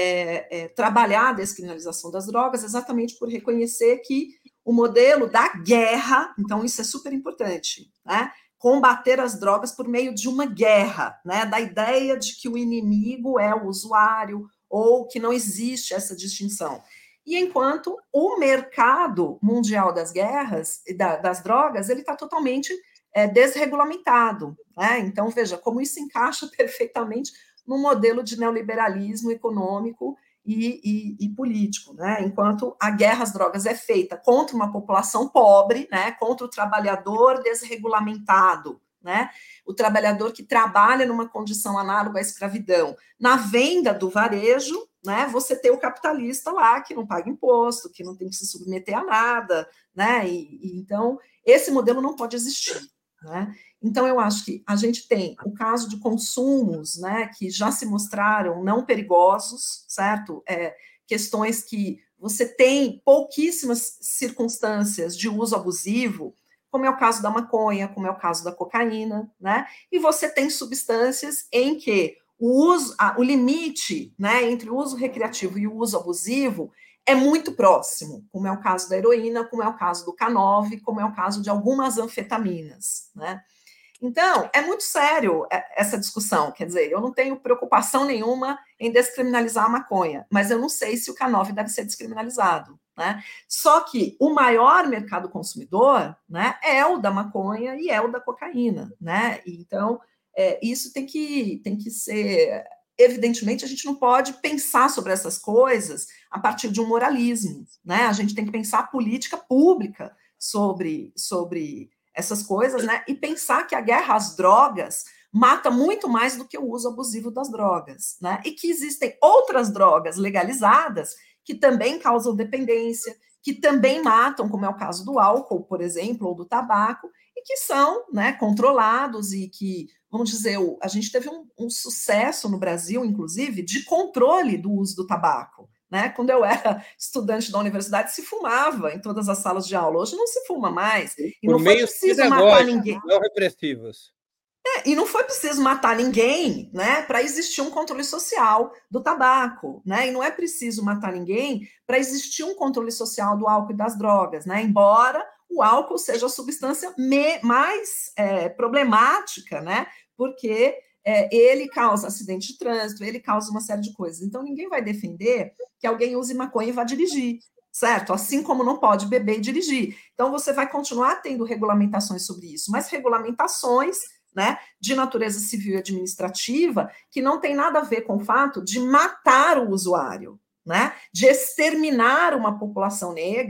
[SPEAKER 2] é, é, trabalhar a descriminalização das drogas exatamente por reconhecer que o modelo da guerra, então isso é super importante, né, combater as drogas por meio de uma guerra, né, da ideia de que o inimigo é o usuário ou que não existe essa distinção. E enquanto o mercado mundial das guerras, da, das drogas, ele está totalmente é, desregulamentado, né? Então, veja, como isso encaixa perfeitamente no modelo de neoliberalismo econômico e, e, e político, né? Enquanto a guerra às drogas é feita contra uma população pobre, né? Contra o trabalhador desregulamentado, né? O trabalhador que trabalha numa condição análoga à escravidão. Na venda do varejo, né, você tem o capitalista lá que não paga imposto, que não tem que se submeter a nada, né? E, e então esse modelo não pode existir, né? Então eu acho que a gente tem o caso de consumos, né, que já se mostraram não perigosos, certo? É, questões que você tem pouquíssimas circunstâncias de uso abusivo, como é o caso da maconha, como é o caso da cocaína, né? E você tem substâncias em que o uso, o limite, né, entre o uso recreativo e o uso abusivo é muito próximo, como é o caso da heroína, como é o caso do K nove, como é o caso de algumas anfetaminas, né? Então, é muito sério essa discussão, quer dizer, eu não tenho preocupação nenhuma em descriminalizar a maconha, mas eu não sei se o K nove deve ser descriminalizado, né? Só que o maior mercado consumidor, né, é o da maconha e é o da cocaína, né? Então, é, isso tem que, tem que ser... Evidentemente, a gente não pode pensar sobre essas coisas a partir de um moralismo, né? A gente tem que pensar a política pública sobre... sobre essas coisas, né, e pensar que a guerra às drogas mata muito mais do que o uso abusivo das drogas, né, e que existem outras drogas legalizadas que também causam dependência, que também matam, como é o caso do álcool, por exemplo, ou do tabaco, e que são, né, controlados e que, vamos dizer, a gente teve um, um sucesso no Brasil, inclusive, de controle do uso do tabaco. Né? Quando eu era estudante da universidade, se fumava em todas as salas de aula. Hoje não se fuma mais. E
[SPEAKER 1] Por
[SPEAKER 2] não foi preciso matar ninguém.
[SPEAKER 1] Não repressivos.
[SPEAKER 2] É, e não foi preciso matar ninguém, né, para existir um controle social do tabaco, né? E não é preciso matar ninguém para existir um controle social do álcool e das drogas, né? Embora o álcool seja a substância me, mais é, problemática, né? Porque é, ele causa acidente de trânsito, ele causa uma série de coisas. Então ninguém vai defender que alguém use maconha e vá dirigir, certo? Assim como não pode beber e dirigir. Então você vai continuar tendo regulamentações sobre isso, mas regulamentações, né, de natureza civil e administrativa que não tem nada a ver com o fato de matar o usuário, né, de exterminar uma população negra,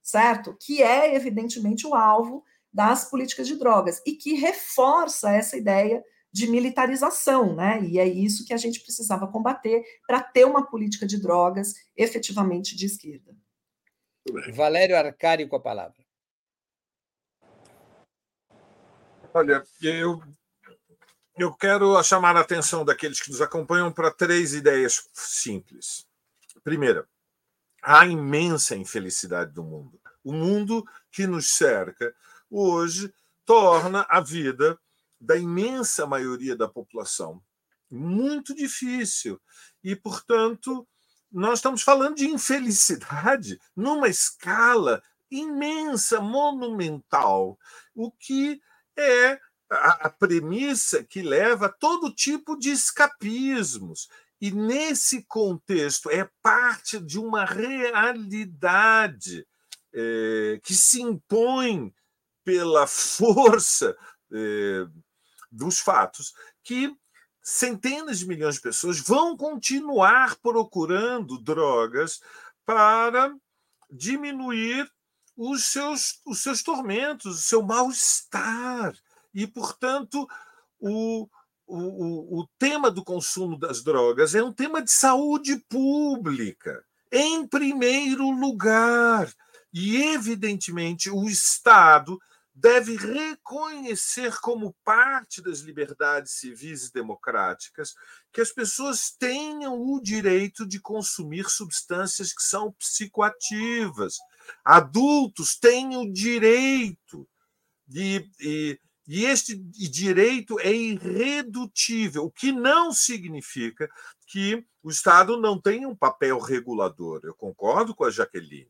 [SPEAKER 2] certo? Que é, evidentemente, o alvo das políticas de drogas e que reforça essa ideia de militarização, né? E é isso que a gente precisava combater para ter uma política de drogas efetivamente de esquerda.
[SPEAKER 1] Valério Arcari com a palavra.
[SPEAKER 3] Olha, eu, eu quero chamar a atenção daqueles que nos acompanham para três ideias simples. Primeira, a imensa infelicidade do mundo. O mundo que nos cerca hoje torna a vida da imensa maioria da população muito difícil. E, portanto, nós estamos falando de infelicidade numa escala imensa, monumental, o que é a, a premissa que leva a todo tipo de escapismos. E, nesse contexto, é parte de uma realidade é, que se impõe pela força é, dos fatos, que centenas de milhões de pessoas vão continuar procurando drogas para diminuir os seus, os seus tormentos, o seu mal-estar. E, portanto, o, o, o tema do consumo das drogas é um tema de saúde pública, em primeiro lugar. E, evidentemente, o Estado deve reconhecer como parte das liberdades civis e democráticas que as pessoas tenham o direito de consumir substâncias que são psicoativas. Adultos têm o direito, de, e, e este direito é irredutível, o que não significa que o Estado não tenha um papel regulador. Eu concordo com a Jaqueline.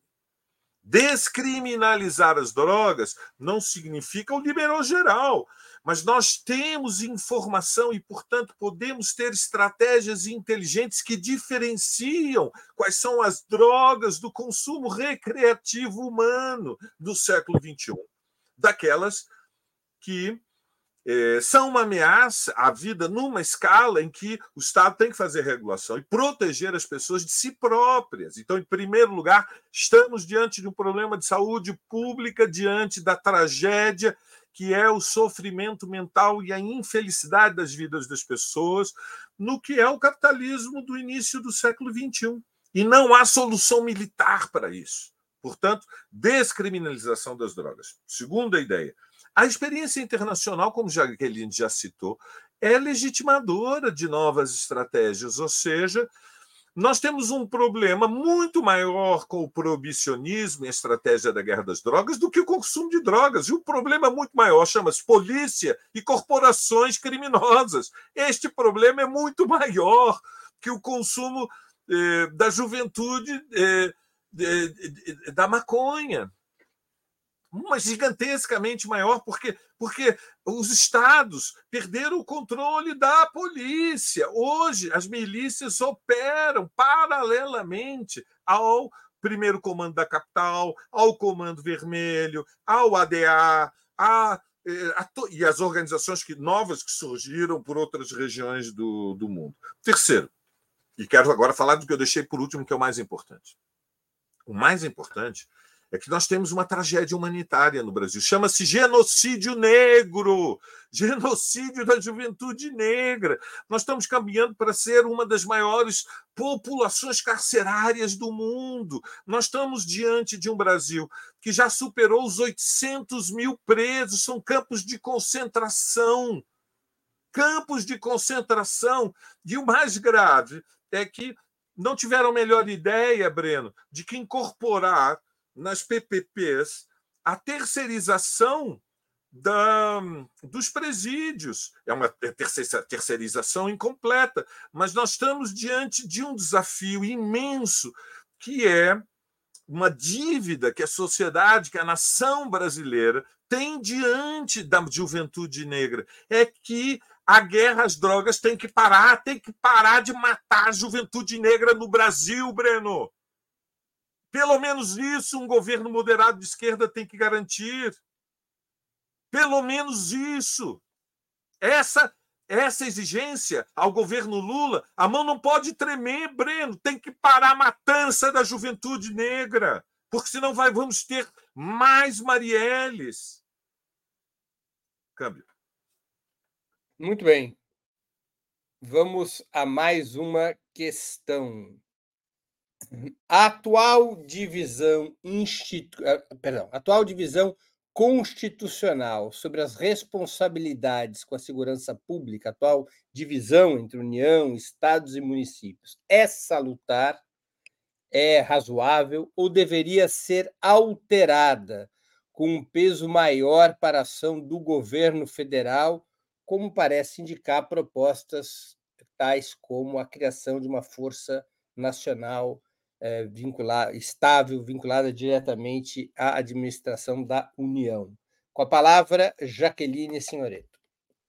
[SPEAKER 3] Descriminalizar as drogas não significa o liberal geral, mas nós temos informação e, portanto, podemos ter estratégias inteligentes que diferenciam quais são as drogas do consumo recreativo humano do século vinte e um, daquelas que É, são uma ameaça à vida numa escala em que o Estado tem que fazer regulação e proteger as pessoas de si próprias. Então, em primeiro lugar, estamos diante de um problema de saúde pública, diante da tragédia que é o sofrimento mental e a infelicidade das vidas das pessoas, no que é o capitalismo do início do século vinte e um. E não há solução militar para isso. Portanto, descriminalização das drogas. Segunda ideia. A experiência internacional, como Jaqueline já citou, é legitimadora de novas estratégias, ou seja, nós temos um problema muito maior com o proibicionismo e a estratégia da guerra das drogas do que o consumo de drogas. E o problema muito maior chama-se polícia e corporações criminosas. Este problema é muito maior que o consumo eh, da juventude eh, de, de, da maconha. Mas gigantescamente maior, porque, porque os estados perderam o controle da polícia. Hoje, as milícias operam paralelamente ao primeiro comando da capital, ao Comando Vermelho, ao A D A, a, a, e as organizações que, novas que surgiram por outras regiões do, do mundo. Terceiro, e quero agora falar do que eu deixei por último, que é o mais importante. O mais importante é que nós temos uma tragédia humanitária no Brasil. Chama-se genocídio negro, genocídio da juventude negra. Nós estamos caminhando para ser uma das maiores populações carcerárias do mundo. Nós estamos diante de um Brasil que já superou os oitocentos mil presos. São campos de concentração. Campos de concentração. E o mais grave é que não tiveram a melhor ideia, Breno, de que incorporar nas P P Ps a terceirização da, dos presídios. É uma terceirização incompleta, mas nós estamos diante de um desafio imenso, que é uma dívida que a sociedade, que a nação brasileira tem diante da juventude negra. É que a guerra às drogas tem que parar, tem que parar de matar a juventude negra no Brasil, Breno. Pelo menos isso um governo moderado de esquerda tem que garantir. Pelo menos isso. Essa, essa exigência ao governo Lula, a mão não pode tremer, Breno. Tem que parar a matança da juventude negra. porque senão vai, vamos ter mais Marielles. Câmbio.
[SPEAKER 1] Muito bem. Vamos a mais uma questão. A atual divisão institu... Perdão, a atual divisão constitucional sobre as responsabilidades com a segurança pública, a atual divisão entre União, estados e municípios, é salutar, é razoável ou deveria ser alterada com um peso maior para a ação do governo federal, como parece indicar propostas tais como a criação de uma força nacional é, vinculada, estável, vinculada diretamente à administração da União. Com a palavra, Jaqueline Senhoreto.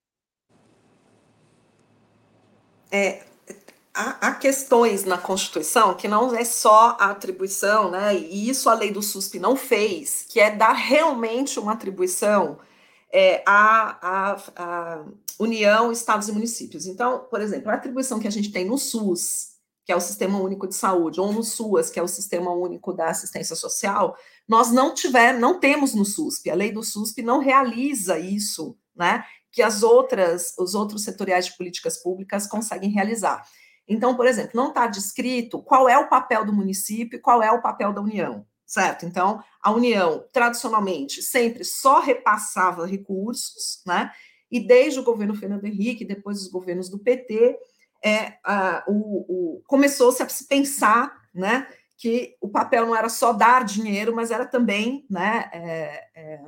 [SPEAKER 2] É, há, há questões na Constituição que não é só a atribuição, né, e isso a lei do S U S P não fez, que é dar realmente uma atribuição é, à, à, à União, Estados e Municípios. Então, por exemplo, a atribuição que a gente tem no SUS, que é o Sistema Único de Saúde, ou no SUAS, que é o Sistema Único da Assistência Social, nós não tivemos, não temos no S U S P. A lei do S U S P não realiza isso, né? Que as outras, os outros setoriais de políticas públicas conseguem realizar. Então, por exemplo, não está descrito qual é o papel do município e qual é o papel da União, certo? Então, a União, tradicionalmente, sempre só repassava recursos, né? E desde o governo Fernando Henrique, depois os governos do P T, é, a, o, o, começou-se a se pensar, né, que o papel não era só dar dinheiro, mas era também, né, é, é,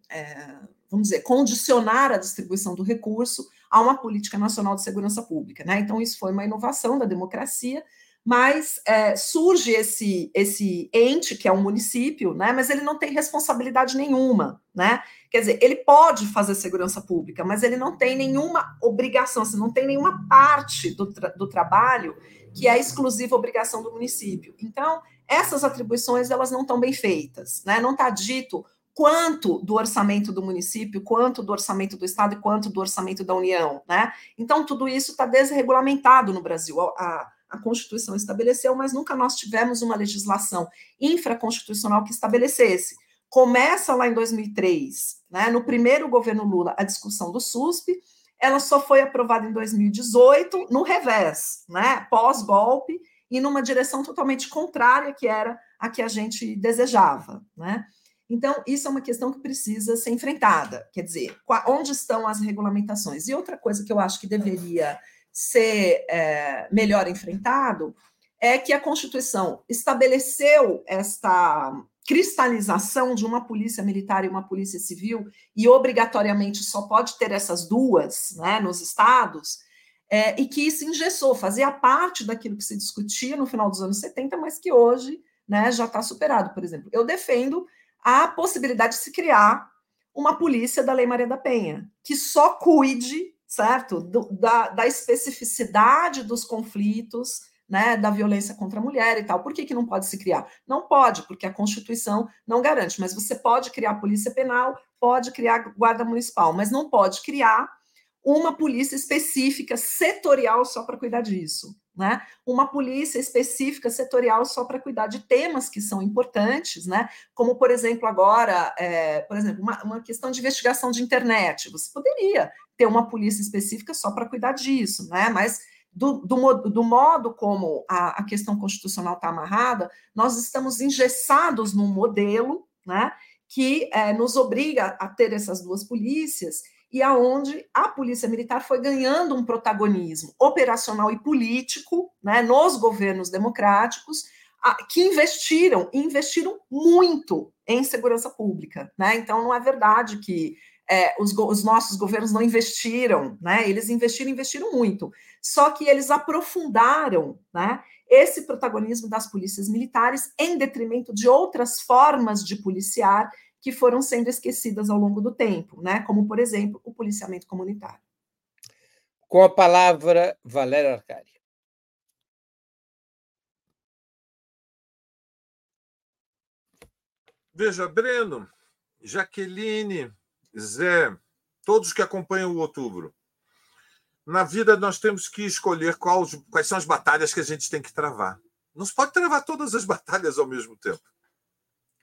[SPEAKER 2] é, vamos dizer, condicionar a distribuição do recurso a uma política nacional de segurança pública, né? Então, isso foi uma inovação da democracia, mas é, surge esse, esse ente, que é um município, né, mas ele não tem responsabilidade nenhuma, né? Quer dizer, ele pode fazer segurança pública, mas ele não tem nenhuma obrigação, assim, não tem nenhuma parte do, tra do trabalho que é exclusiva obrigação do município. Então, essas atribuições, elas não estão bem feitas, né? Não está dito quanto do orçamento do município, quanto do orçamento do Estado e quanto do orçamento da União, né? Então, tudo isso está desregulamentado no Brasil. A, a Constituição estabeleceu, mas nunca nós tivemos uma legislação infraconstitucional que estabelecesse. Começa lá em dois mil e três, né, no primeiro governo Lula, a discussão do S U S P, ela só foi aprovada em dois mil e dezoito, no revés, né, pós-golpe, e numa direção totalmente contrária, que era a que a gente desejava, né. Então, isso é uma questão que precisa ser enfrentada, quer dizer, onde estão as regulamentações? E outra coisa que eu acho que deveria ser é, melhor enfrentado é que a Constituição estabeleceu esta cristalização de uma polícia militar e uma polícia civil, e obrigatoriamente só pode ter essas duas, né, nos estados, é, e que isso engessou, fazia parte daquilo que se discutia no final dos anos setenta, mas que hoje, né, já está superado. Por exemplo, eu defendo a possibilidade de se criar uma polícia da Lei Maria da Penha, que só cuide, certo, do, da, da especificidade dos conflitos, né, da violência contra a mulher e tal. Por que que não pode se criar? Não pode, porque a Constituição não garante, mas você pode criar polícia penal, pode criar guarda municipal, mas não pode criar uma polícia específica, setorial, só para cuidar disso, né? Uma polícia específica, setorial, só para cuidar de temas que são importantes, né? Como, por exemplo, agora, é, por exemplo, uma, uma questão de investigação de internet. Você poderia ter uma polícia específica só para cuidar disso, né? Mas do, do, do modo como a, a questão constitucional está amarrada, nós estamos engessados num modelo, né, que é, nos obriga a ter essas duas polícias, e aonde a polícia militar foi ganhando um protagonismo operacional e político, né, nos governos democráticos, a, que investiram, investiram muito em segurança pública, né? Então, não é verdade que é, os, os nossos governos não investiram, né? Eles investiram, investiram muito. Só que eles aprofundaram, né, esse protagonismo das polícias militares em detrimento de outras formas de policiar que foram sendo esquecidas ao longo do tempo, né? Como, por exemplo, o policiamento comunitário.
[SPEAKER 1] Com a palavra, Valéria Arcari.
[SPEAKER 3] Veja, Breno, Jaqueline, Zé, todos que acompanham o Outubro. Na vida, nós temos que escolher quais, quais são as batalhas que a gente tem que travar. Não se pode travar todas as batalhas ao mesmo tempo.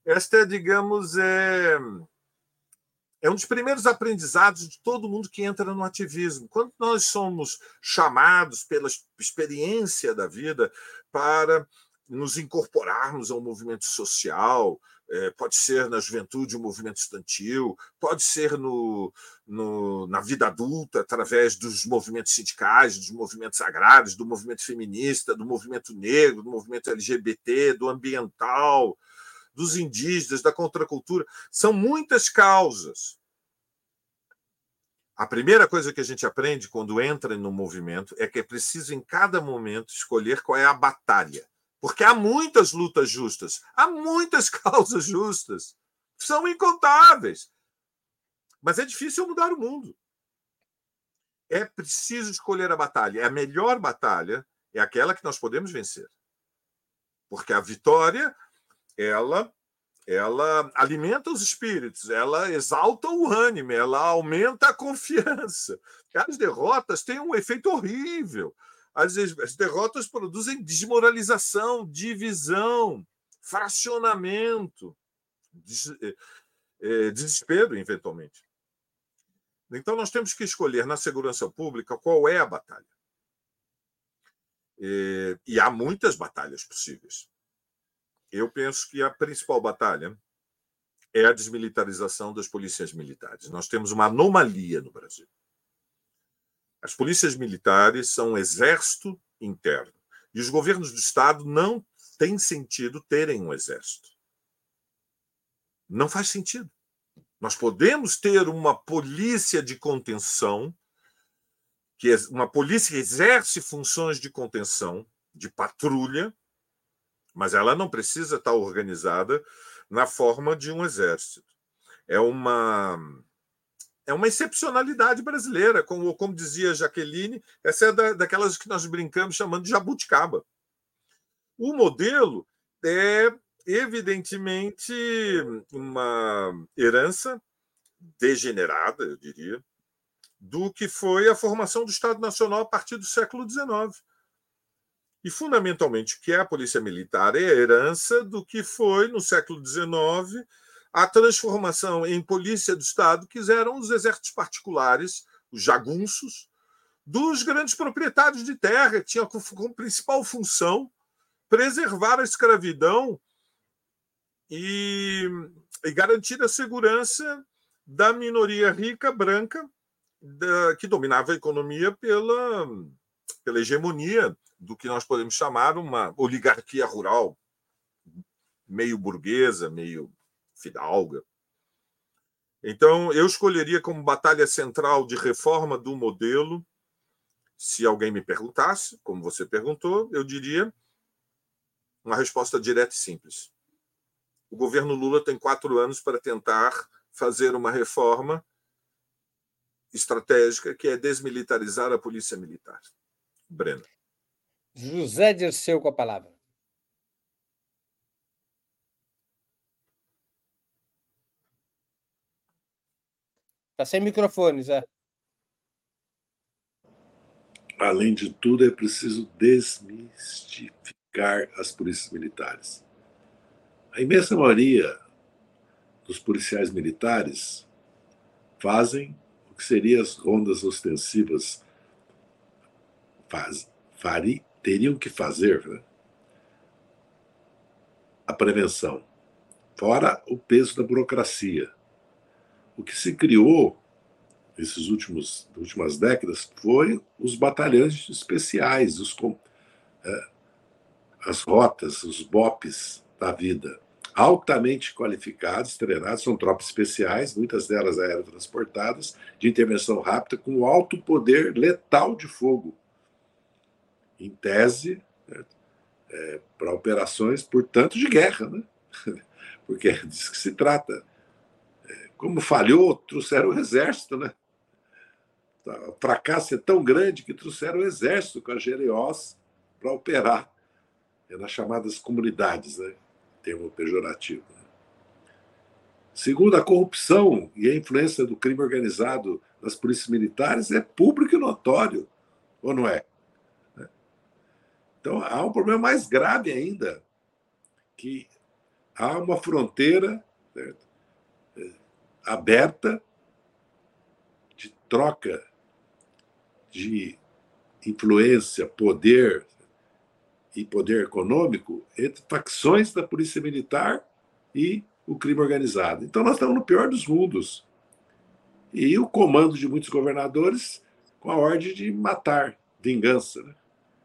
[SPEAKER 3] esta é, digamos, é, é um dos primeiros aprendizados de todo mundo que entra no ativismo. Quando nós somos chamados pela experiência da vida para nos incorporarmos ao movimento social, pode ser na juventude o movimento estudantil, pode ser no, no, na vida adulta, através dos movimentos sindicais, dos movimentos agrários, do movimento feminista, do movimento negro, do movimento L G B T, do ambiental, dos indígenas, da contracultura. São muitas causas. A primeira coisa que a gente aprende quando entra no movimento é que é preciso, em cada momento, escolher qual é a batalha. Porque há muitas lutas justas, há muitas causas justas, são incontáveis. Mas é difícil mudar o mundo. É preciso escolher a batalha. A melhor batalha é aquela que nós podemos vencer. Porque a vitória, ela, ela alimenta os espíritos, ela exalta o ânimo, ela aumenta a confiança. As derrotas têm um efeito horrível. As derrotas produzem desmoralização, divisão, fracionamento, desespero, eventualmente. Então, nós temos que escolher na segurança pública qual é a batalha. E há muitas batalhas possíveis. Eu penso que a principal batalha é a desmilitarização das polícias militares. Nós temos uma anomalia no Brasil. As polícias militares são um exército interno. E os governos do Estado não têm sentido terem um exército. Não faz sentido. Nós podemos ter uma polícia de contenção, que é uma polícia que exerce funções de contenção, de patrulha, mas ela não precisa estar organizada na forma de um exército. É uma... É uma excepcionalidade brasileira, como, como dizia Jaqueline, essa é da, daquelas que nós brincamos chamando de jabuticaba. O modelo é, evidentemente, uma herança degenerada, eu diria, do que foi a formação do Estado Nacional a partir do século dezenove. E, fundamentalmente, o que é a Polícia Militar é a herança do que foi, no século dezenove, a transformação em polícia do Estado que eram os exércitos particulares, os jagunços, dos grandes proprietários de terra, que tinham como principal função preservar a escravidão e, e garantir a segurança da minoria rica, branca, da, que dominava a economia pela, pela hegemonia do que nós podemos chamar uma oligarquia rural, meio burguesa, meio fidalga. Então, eu escolheria como batalha central de reforma do modelo, se alguém me perguntasse, como você perguntou, eu diria uma resposta direta e simples. O governo Lula tem quatro anos para tentar fazer uma reforma estratégica que é desmilitarizar a polícia militar. Breno.
[SPEAKER 1] José Dirceu com a palavra. Está sem microfone, Zé.
[SPEAKER 4] Além de tudo, é preciso desmistificar as polícias militares. A imensa maioria dos policiais militares fazem o que seriam as rondas ostensivas faz, fari, teriam que fazer, né? A prevenção, fora o peso da burocracia. O que se criou nesses últimos últimas décadas foi os batalhões especiais, os, é, as rotas, os B O Ps da vida, altamente qualificados, treinados, são tropas especiais, muitas delas aerotransportadas, de intervenção rápida, com alto poder letal de fogo. Em tese, né, é, para operações, portanto, de guerra, né? Porque é disso que se trata. Como falhou, trouxeram o exército, né? O fracasso é tão grande que trouxeram o exército com a G L O S para operar nas chamadas comunidades, né? Termo pejorativo. Né? Segundo, a corrupção e a influência do crime organizado nas polícias militares é público e notório, ou não é? Então, há um problema mais grave ainda, que há uma fronteira, certo? Aberta de troca de influência, poder e poder econômico entre facções da Polícia Militar e o crime organizado. Então, nós estamos no pior dos mundos. E o comando de muitos governadores com a ordem de matar, vingança. Né?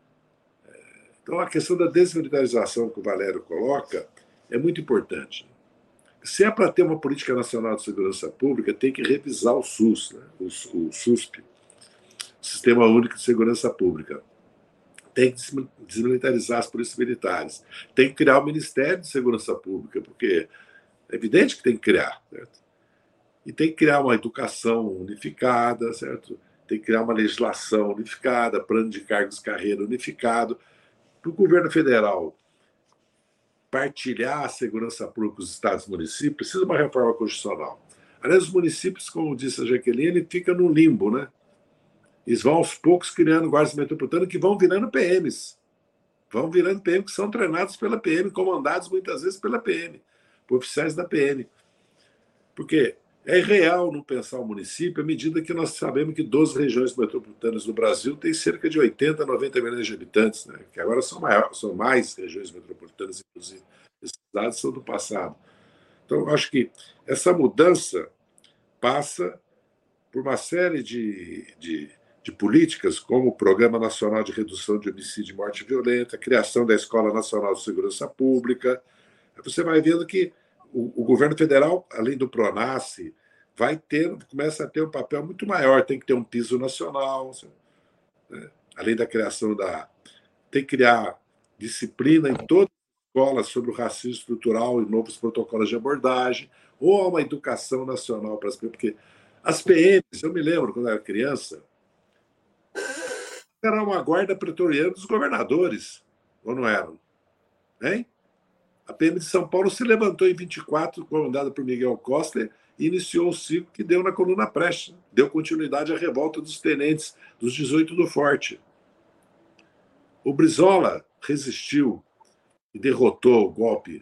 [SPEAKER 4] Então, a questão da desmilitarização que o Valério coloca é muito importante. Se é para ter uma política nacional de segurança pública, tem que revisar o SUS, né? o, o SUSP, Sistema Único de Segurança Pública. Tem que desmilitarizar as polícias militares. Tem que criar o Ministério de Segurança Pública, porque é evidente que tem que criar, certo? E tem que criar uma educação unificada, certo? Tem que criar uma legislação unificada, plano de cargos de carreira unificado. Para o governo federal partilhar a segurança pública com os estados e municípios, precisa de uma reforma constitucional. Aliás, os municípios, como disse a Jaqueline, ficam no limbo, né? Eles vão aos poucos criando guardas metropolitanos que vão virando P Ms. Vão virando P Ms que são treinados pela P M, comandados muitas vezes pela P M, por oficiais da P M. Porque é irreal não pensar o município à medida que nós sabemos que doze regiões metropolitanas do Brasil têm cerca de oitenta, noventa milhões de habitantes, né? Que agora são, maior, são mais regiões metropolitanas, inclusive. Esses dados são do passado. Então, eu acho que essa mudança passa por uma série de, de, de políticas, como o Programa Nacional de Redução de Homicídio e Morte Violenta, a criação da Escola Nacional de Segurança Pública. Você vai vendo que o, o governo federal, além do PRONASSE, vai ter, começa a ter um papel muito maior, tem que ter um piso nacional, né? Além da criação da... Tem que criar disciplina em todas as escolas sobre o racismo estrutural e novos protocolos de abordagem, ou uma educação nacional para as pessoas, porque as P Ms, eu me lembro, quando eu era criança, era uma guarda pretoriana dos governadores, ou não eram? Hein? A P M de São Paulo se levantou em vinte e quatro, comandada por Miguel Costa, e iniciou o ciclo que deu na Coluna Prestes. Deu continuidade à revolta dos tenentes, dos dezoito do Forte. O Brizola resistiu e derrotou o golpe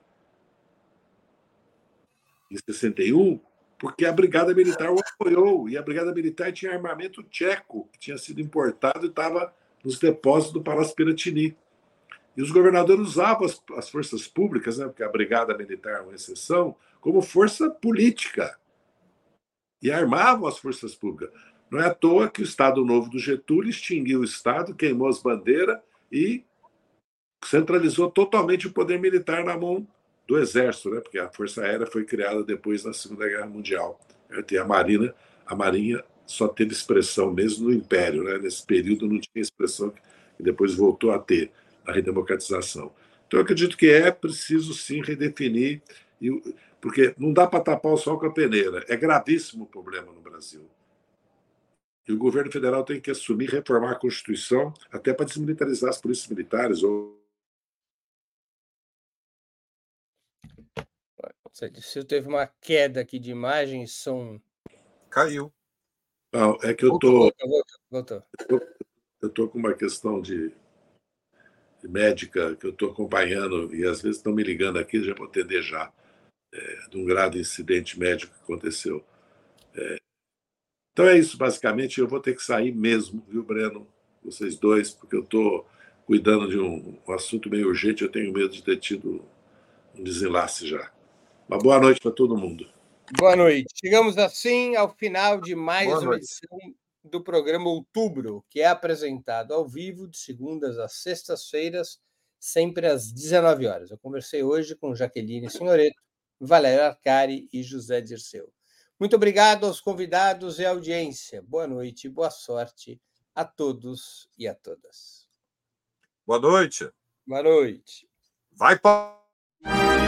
[SPEAKER 4] em sessenta e um, porque a Brigada Militar o apoiou, e a Brigada Militar tinha armamento tcheco, que tinha sido importado e estava nos depósitos do Palácio Piratini. E os governadores usavam as, as forças públicas, né, porque a Brigada Militar é uma exceção, como força política. E armavam as forças públicas. Não é à toa que o Estado Novo do Getúlio extinguiu o Estado, queimou as bandeiras e centralizou totalmente o poder militar na mão do Exército, né, porque a Força Aérea foi criada depois da Segunda Guerra Mundial. E a Marina, a Marinha só teve expressão mesmo no Império, né? Nesse período não tinha expressão, que depois voltou a ter a redemocratização. Então, eu acredito que é preciso, sim, redefinir, porque não dá para tapar o sol com a peneira. É gravíssimo o problema no Brasil. E o governo federal tem que assumir, reformar a Constituição, até para desmilitarizar as polícias militares. Ou...
[SPEAKER 1] Se teve uma queda aqui de imagens, são...
[SPEAKER 3] Caiu.
[SPEAKER 4] Não, é que eu
[SPEAKER 1] tô... Voltou,
[SPEAKER 4] eu estou com uma questão de médica que eu estou acompanhando e às vezes estão me ligando aqui, já vou atender já, é, de um grave incidente médico que aconteceu. É, então é isso, basicamente. Eu vou ter que sair mesmo, viu, Breno? Vocês dois, porque eu estou cuidando de um, um assunto meio urgente, eu tenho medo de ter tido um desenlace já. Uma boa noite para todo mundo.
[SPEAKER 1] Boa noite. Chegamos assim ao final de mais
[SPEAKER 3] Boa
[SPEAKER 1] uma
[SPEAKER 3] noite.
[SPEAKER 1] edição do programa Outubro, que é apresentado ao vivo de segundas às sextas-feiras, sempre às dezenove horas. Eu conversei hoje com Jaqueline Senhoreto, Valério Arcari e José Dirceu. Muito obrigado aos convidados e à audiência. Boa noite e boa sorte a todos e a todas.
[SPEAKER 3] Boa noite.
[SPEAKER 1] Boa noite.
[SPEAKER 3] Vai para